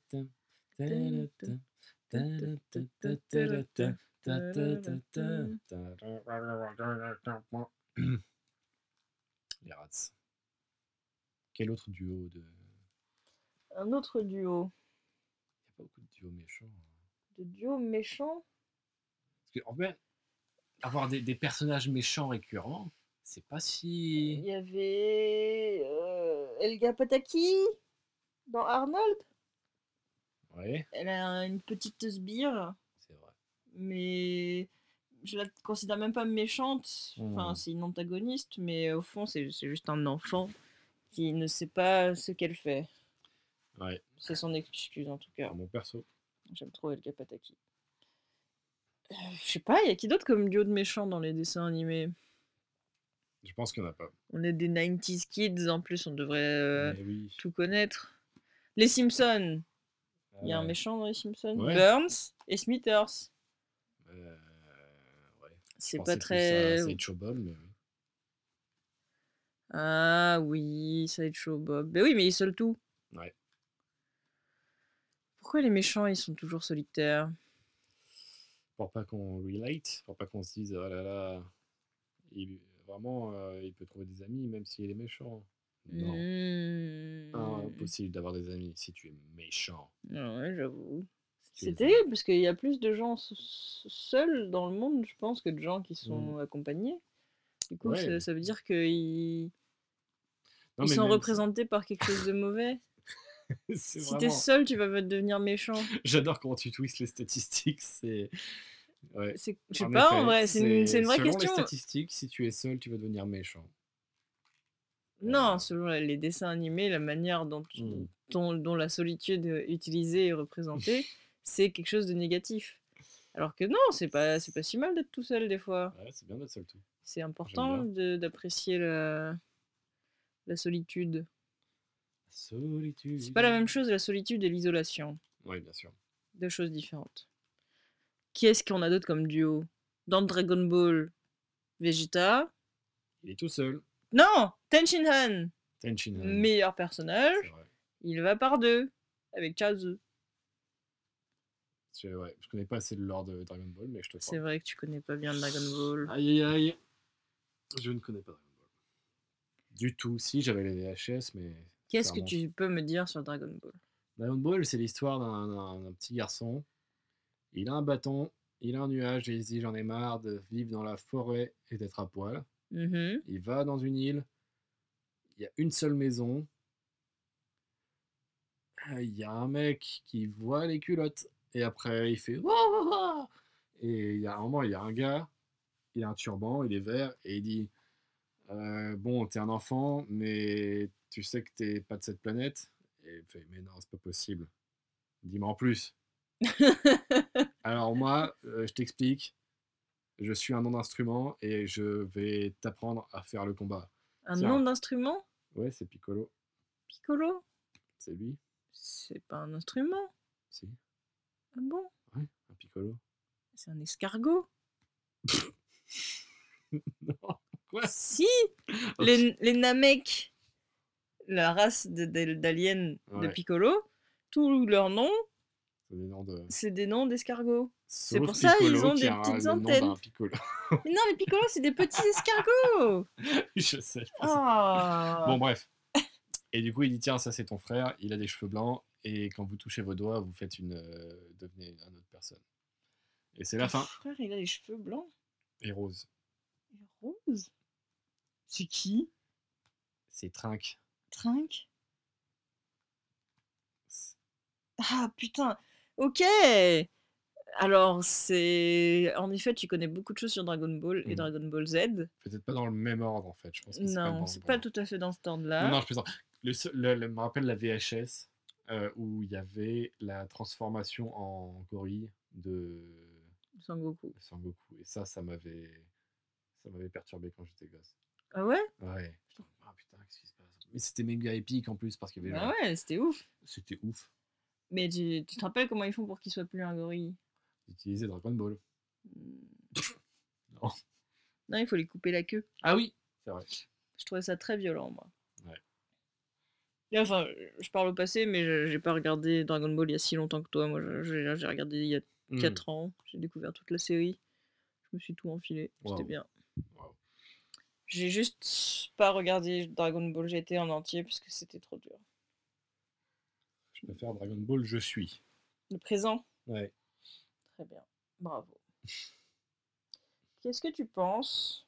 Rats. Quel autre duo de... Un autre duo. Il n'y a pas beaucoup de duos méchants. De duo méchant? Parce qu'en fait, avoir des personnages méchants récurrents, c'est pas si... Il y avait Helga Pataki dans Arnold. Ouais. Elle a une petite sbire. C'est vrai. Mais je la considère même pas méchante. Enfin, c'est une antagoniste, mais au fond, c'est juste un enfant qui ne sait pas ce qu'elle fait. Ouais. C'est son excuse en tout cas. Mon perso. J'aime trop Helga Pataki. Je sais pas, il y a qui d'autre comme duo de méchants dans les dessins animés? Je pense qu'il n'y en a pas. On est des 90s kids, en plus on devrait oui. tout connaître. Les Simpsons. Il y a un méchant dans les Simpsons. Ouais. Burns et Smithers. Ouais. C'est pas très... C'est Sideshow Bob, mais oui. Ah oui, Sideshow Bob. Ben oui, mais il est seul tout. Ouais. Pourquoi les méchants, ils sont toujours solitaires? Pour pas qu'on relate, pour pas qu'on se dise, oh là là, vraiment, il peut trouver des amis même s'il est méchant. Non. Impossible d'avoir des amis si tu es méchant. Ouais, j'avoue. C'est terrible parce qu'il y a plus de gens seuls dans le monde, je pense, que de gens qui sont accompagnés. Du coup, ça veut dire qu'ils sont représentés par quelque chose de mauvais. Si t'es seul, tu vas devenir méchant. J'adore comment tu twists les statistiques. C'est... Ouais. Je sais pas, en vrai, c'est une vraie selon question. Les statistiques, si tu es seul, tu vas devenir méchant. Non, selon les dessins animés, la manière dont la solitude utilisée et représentée, c'est quelque chose de négatif. Alors que non, c'est pas si mal d'être tout seul des fois. Ouais, c'est bien d'être seul tout. C'est important d'apprécier la solitude. Solitude. C'est pas la même chose la solitude et l'isolation. Oui, bien sûr. Deux choses différentes. Qui est-ce qu'on a d'autre comme duo? Dans Dragon Ball, Vegeta. Il est tout seul. Non, Tenshinhan. Tenshinhan. Meilleur personnage. Il va par deux avec Chaozu. Ouais, je connais pas assez le lore de Dragon Ball, mais je te crois. C'est vrai que tu connais pas bien Dragon Ball. Aïe aïe aïe. Je ne connais pas Dragon Ball. Du tout. Si, j'avais les VHS, mais... Qu'est-ce que tu peux me dire sur Dragon Ball? Dragon Ball, c'est l'histoire d'un petit garçon. Il a un bâton, il a un nuage et il se dit j'en ai marre de vivre dans la forêt et d'être à poil. Il va dans une île, il y a une seule maison. Il y a un mec qui voit les culottes et après il fait wouah. Et il y a un moment, il y a un gars, il a un turban, il est vert et il dit bon, t'es un enfant, mais tu sais que t'es pas de cette planète. Et il fait mais non, c'est pas possible. Dis-moi en plus. Alors moi, je t'explique. Je suis un nom d'instrument et je vais t'apprendre à faire le combat. Un nom d'instrument? Ouais, c'est Piccolo. Piccolo? C'est lui. C'est pas un instrument. Si. Ah bon? Ouais, un Piccolo. C'est un escargot. Non. Quoi? Si. Okay. Les Namek, la race d'aliens de Piccolo, tous leurs noms, c'est des noms d'escargots. C'est pour ça qu'ils ont des petites antennes. Mais non, les Piccolo, c'est des petits escargots. Je sais. Bon, bref. Et du coup, il dit tiens, ça c'est ton frère, il a des cheveux blancs, et quand vous touchez vos doigts, vous faites devenez une autre personne. Et c'est la fin. Ton frère, il a les cheveux blancs. Et rose. Et rose? C'est qui? C'est Trunks. Trunks? Ah putain, ok. Alors c'est... En effet, tu connais beaucoup de choses sur Dragon Ball et Dragon Ball Z. Peut-être pas dans le même ordre en fait, je pense que non, c'est pas tout à fait dans cet ordre-là. Non, je plaisante. Je me rappelle la VHS où il y avait la transformation en gorille de Sangoku. Et ça m'avait perturbé quand j'étais gosse. Ah ouais? Ouais. Ah putain, qu'est-ce qui se passe? Mais c'était méga épique en plus parce qu'il y avait. Ah ouais, c'était ouf. C'était ouf. Mais tu te rappelles comment ils font pour qu'il soit plus un gorille? Utiliser Dragon Ball. Non. Non, il faut les couper la queue. Ah oui, c'est vrai. Je trouvais ça très violent, moi. Ouais. Et enfin, je parle au passé, mais j'ai pas regardé Dragon Ball il y a si longtemps que toi. Moi, j'ai regardé il y a 4 ans. J'ai découvert toute la série. Je me suis tout enfilé. C'était bien. Wow. J'ai juste pas regardé Dragon Ball GT en entier parce que c'était trop dur. Je préfère Dragon Ball Je suis. Le présent? Ouais. Très bien. Bravo. Qu'est-ce que tu penses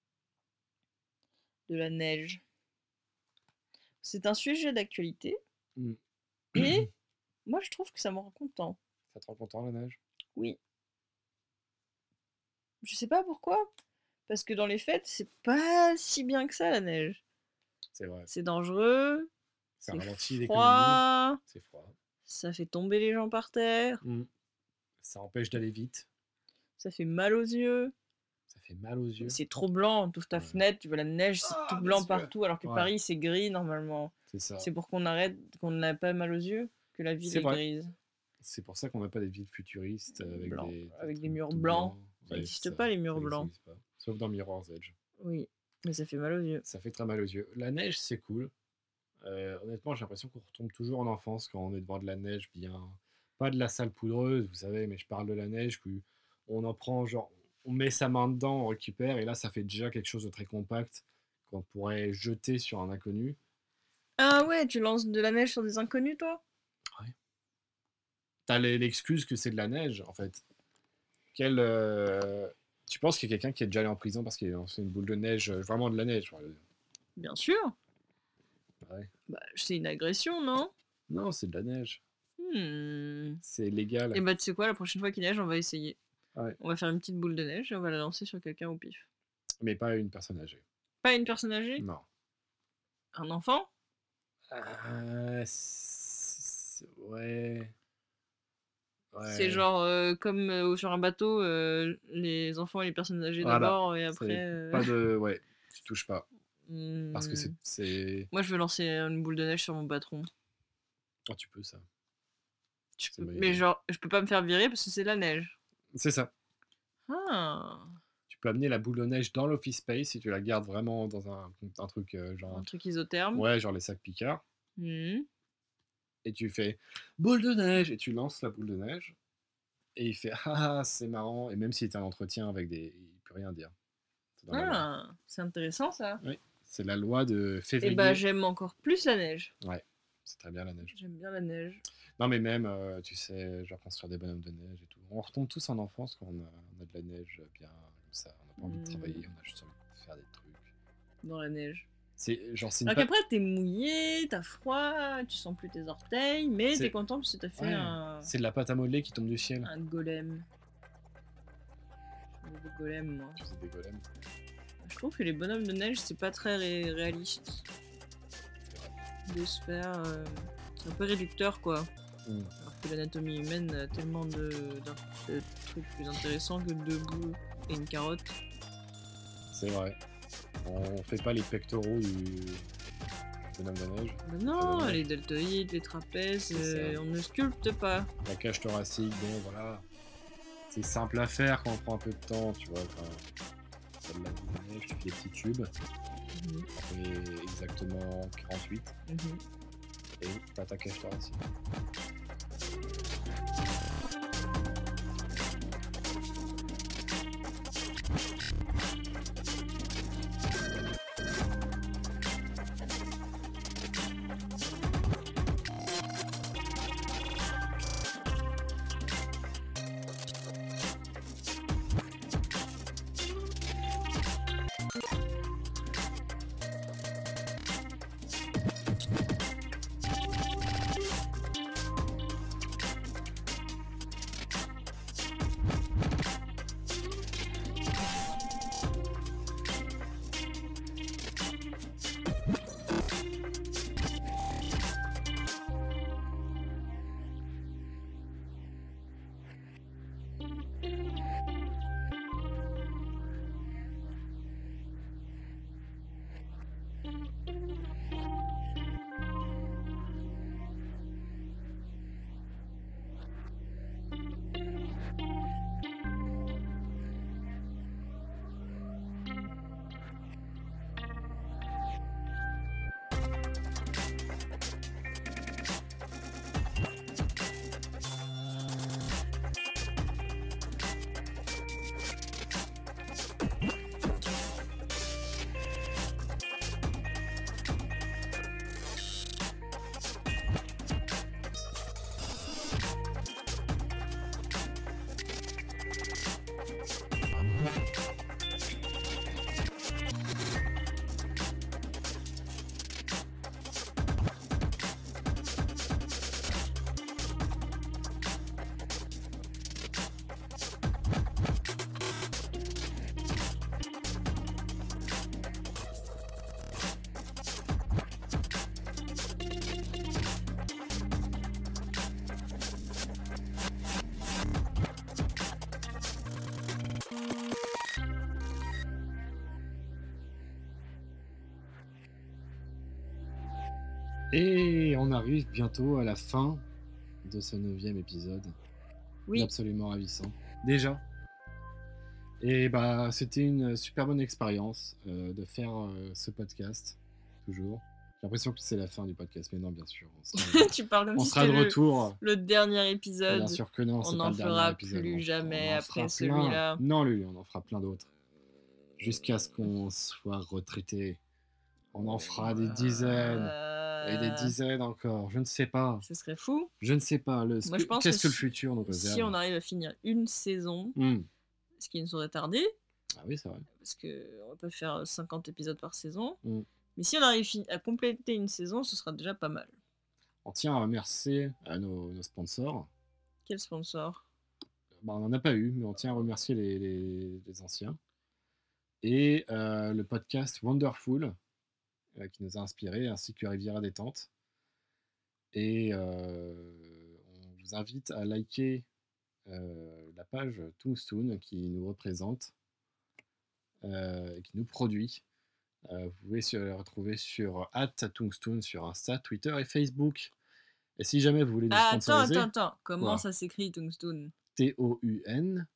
de la neige? C'est un sujet d'actualité. Et moi, je trouve que ça me rend content. Ça te rend content, la neige? Oui. Je sais pas pourquoi. Parce que dans les fêtes, c'est pas si bien que ça, la neige. C'est vrai. C'est dangereux. Ça ralentit froid. l'économie. C'est froid. Ça fait tomber les gens par terre. Ça empêche d'aller vite. Ça fait mal aux yeux. Ça fait mal aux yeux. C'est trop blanc. Tu ouvres ta fenêtre, tu vois la neige, c'est tout blanc partout. Alors que Paris, c'est gris normalement. C'est ça. C'est pour qu'on arrête, qu'on n'a pas mal aux yeux, que la ville est grise. C'est pour ça qu'on n'a pas des villes futuristes avec des murs blancs. Ça n'existe pas, les murs blancs. Sauf dans Mirror's Edge. Oui, mais ça fait mal aux yeux. Ça fait très mal aux yeux. La neige, c'est cool. Honnêtement, j'ai l'impression qu'on retombe toujours en enfance quand on est devant de la neige bien. Pas de la salle poudreuse, vous savez, mais je parle de la neige on en prend, genre, on met sa main dedans, on récupère, et là, ça fait déjà quelque chose de très compact qu'on pourrait jeter sur un inconnu. Ah ouais, tu lances de la neige sur des inconnus, toi? Ouais. T'as l'excuse que c'est de la neige, en fait. Tu penses qu'il y a quelqu'un qui est déjà allé en prison parce qu'il a lancé une boule de neige, vraiment de la neige? Bien sûr. Ouais. Bah, c'est une agression, non? Non, c'est de la neige. C'est légal. Et bah, tu sais quoi, la prochaine fois qu'il neige, on va essayer. Ouais. On va faire une petite boule de neige et on va la lancer sur quelqu'un au pif. Mais pas une personne âgée. Pas une personne âgée? Non. Un enfant? Ouais. C'est genre comme sur un bateau, les enfants et les personnes âgées d'abord et après. Pas de. Ouais, tu touches pas. Parce que c'est. Moi, je veux lancer une boule de neige sur mon patron. Oh, tu peux ça. Mais genre, je peux pas me faire virer parce que c'est de la neige. C'est ça. Ah. Tu peux amener la boule de neige dans l'office space si tu la gardes vraiment dans un truc genre. Un truc isotherme. Ouais, genre les sacs Picard. Et tu fais boule de neige et tu lances la boule de neige et il fait ah c'est marrant, et même s'il était un entretien avec il peut rien dire. C'est intéressant ça. Oui, c'est la loi de février. Et bah j'aime encore plus la neige. Ouais, c'est très bien la neige. J'aime bien la neige. Non mais même tu sais, genre construire des bonhommes de neige et tout. On retombe tous en enfance quand on a de la neige bien comme ça. On n'a pas envie de travailler, on a juste envie de faire des trucs. Dans la neige. Alors qu'après t'es mouillé, t'as froid, tu sens plus tes orteils, mais t'es content parce que t'as fait C'est de la pâte à modeler qui tombe du ciel. Un golem. Je faisais des golems, moi. Tu faisais des golems. Je trouve que les bonhommes de neige, c'est pas très réaliste. De se faire... c'est un peu réducteur, quoi. Alors que l'anatomie humaine a tellement de trucs plus intéressants que 2 boules et une carotte. C'est vrai. On fait pas les pectoraux du bonhomme de neige. Non, les deltoïdes, les trapèzes, on ne sculpte pas. La cage thoracique, bon voilà. C'est simple à faire quand on prend un peu de temps, tu vois. T'as de la boule de neige, tu fais des petits tubes. Et exactement 48. Et t'as ta cage thoracique. Et on arrive bientôt à la fin de ce 9e épisode. Oui. Absolument ravissant. Déjà. Et bah, c'était une super bonne expérience de faire ce podcast. Toujours. J'ai l'impression que c'est la fin du podcast, mais non, bien sûr. Tu parles comme on si sera de c'était retour. le dernier épisode. Bien sûr que non, c'est On pas n'en le dernier fera épisode. plus jamais en après fera celui-là. plein. Non, Lulu, on en fera plein d'autres. Jusqu'à ce qu'on soit retraité. On en fera des dizaines. Et des dizaines encore. Je ne sais pas. Ce serait fou. Je ne sais pas. Moi, je pense Qu'est-ce que le futur nous réserve? Si on arrive à finir une saison, ce qui ne saurait tarder. Ah oui, c'est vrai. Parce qu'on peut faire 50 épisodes par saison. Mais si on arrive à compléter une saison, ce sera déjà pas mal. On tient à remercier à nos sponsors. Quels sponsors? Bah, on n'en a pas eu, mais on tient à remercier les anciens. Et le podcast Wonderful, qui nous a inspirés, ainsi que Riviera Détente. Et on vous invite à liker la page Tungstoon qui nous représente et qui nous produit. Vous pouvez le retrouver sur @Tungstoon sur Insta, Twitter et Facebook. Et si jamais vous voulez nous sponsoriser... Attends. Comment ça s'écrit Tungstoon? Tungstoune.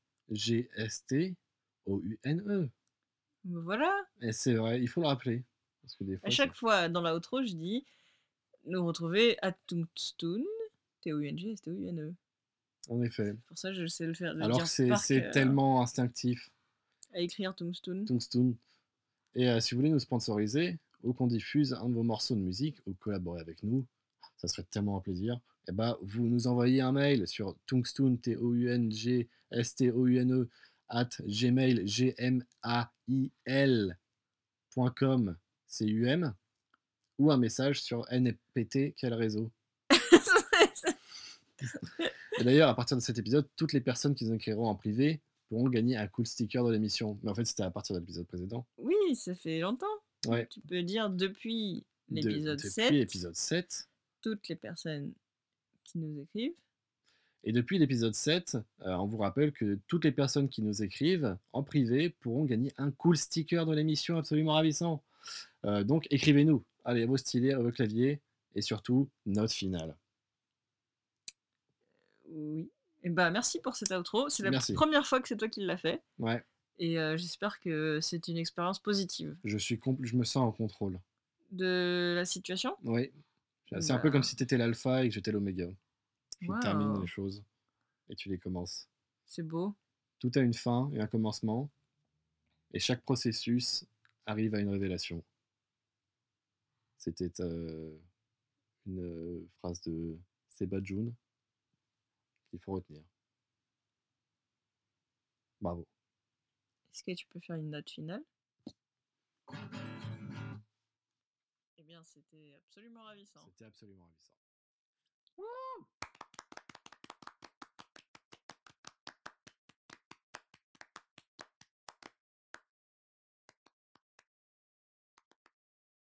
Voilà. Et c'est vrai, il faut le rappeler. Parce que des fois, à chaque fois dans l'outro, je dis nous retrouver à Tungstoon, Tungstoune. En effet. Pour ça, je sais le faire. Alors que c'est tellement instinctif. À écrire Tungstoon. Et si vous voulez nous sponsoriser, ou qu'on diffuse un de vos morceaux de musique, ou collaborer avec nous, ça serait tellement un plaisir. Et bah, vous nous envoyez un mail sur tungstoon, TOUNGSTOUNE, @gmail.com, CUM, ou un message sur NPT, quel réseau. Et d'ailleurs, à partir de cet épisode, toutes les personnes qui nous écriront en privé pourront gagner un cool sticker de l'émission. Mais en fait, c'était à partir de l'épisode précédent. Oui, ça fait longtemps. Ouais. Tu peux dire depuis l'épisode 7. Depuis l'épisode 7. Toutes les personnes qui nous écrivent. Et depuis l'épisode 7, on vous rappelle que toutes les personnes qui nous écrivent en privé pourront gagner un cool sticker de l'émission absolument ravissant. Donc écrivez-nous. Allez, vos stylés, vos claviers et surtout, note finale. Oui. Et bah merci pour cet outro. C'est la première fois que c'est toi qui l'as fait. Ouais. Et j'espère que c'est une expérience positive. Je me sens en contrôle. De la situation? Oui. C'est un peu comme si tu étais l'alpha et que j'étais l'oméga. Je termine les choses et tu les commences. C'est beau. Tout a une fin et un commencement. Et chaque processus arrive à une révélation. C'était une phrase de Seba June qu'il faut retenir. Bravo. Est-ce que tu peux faire une note finale? Eh bien, c'était absolument ravissant. Wouh!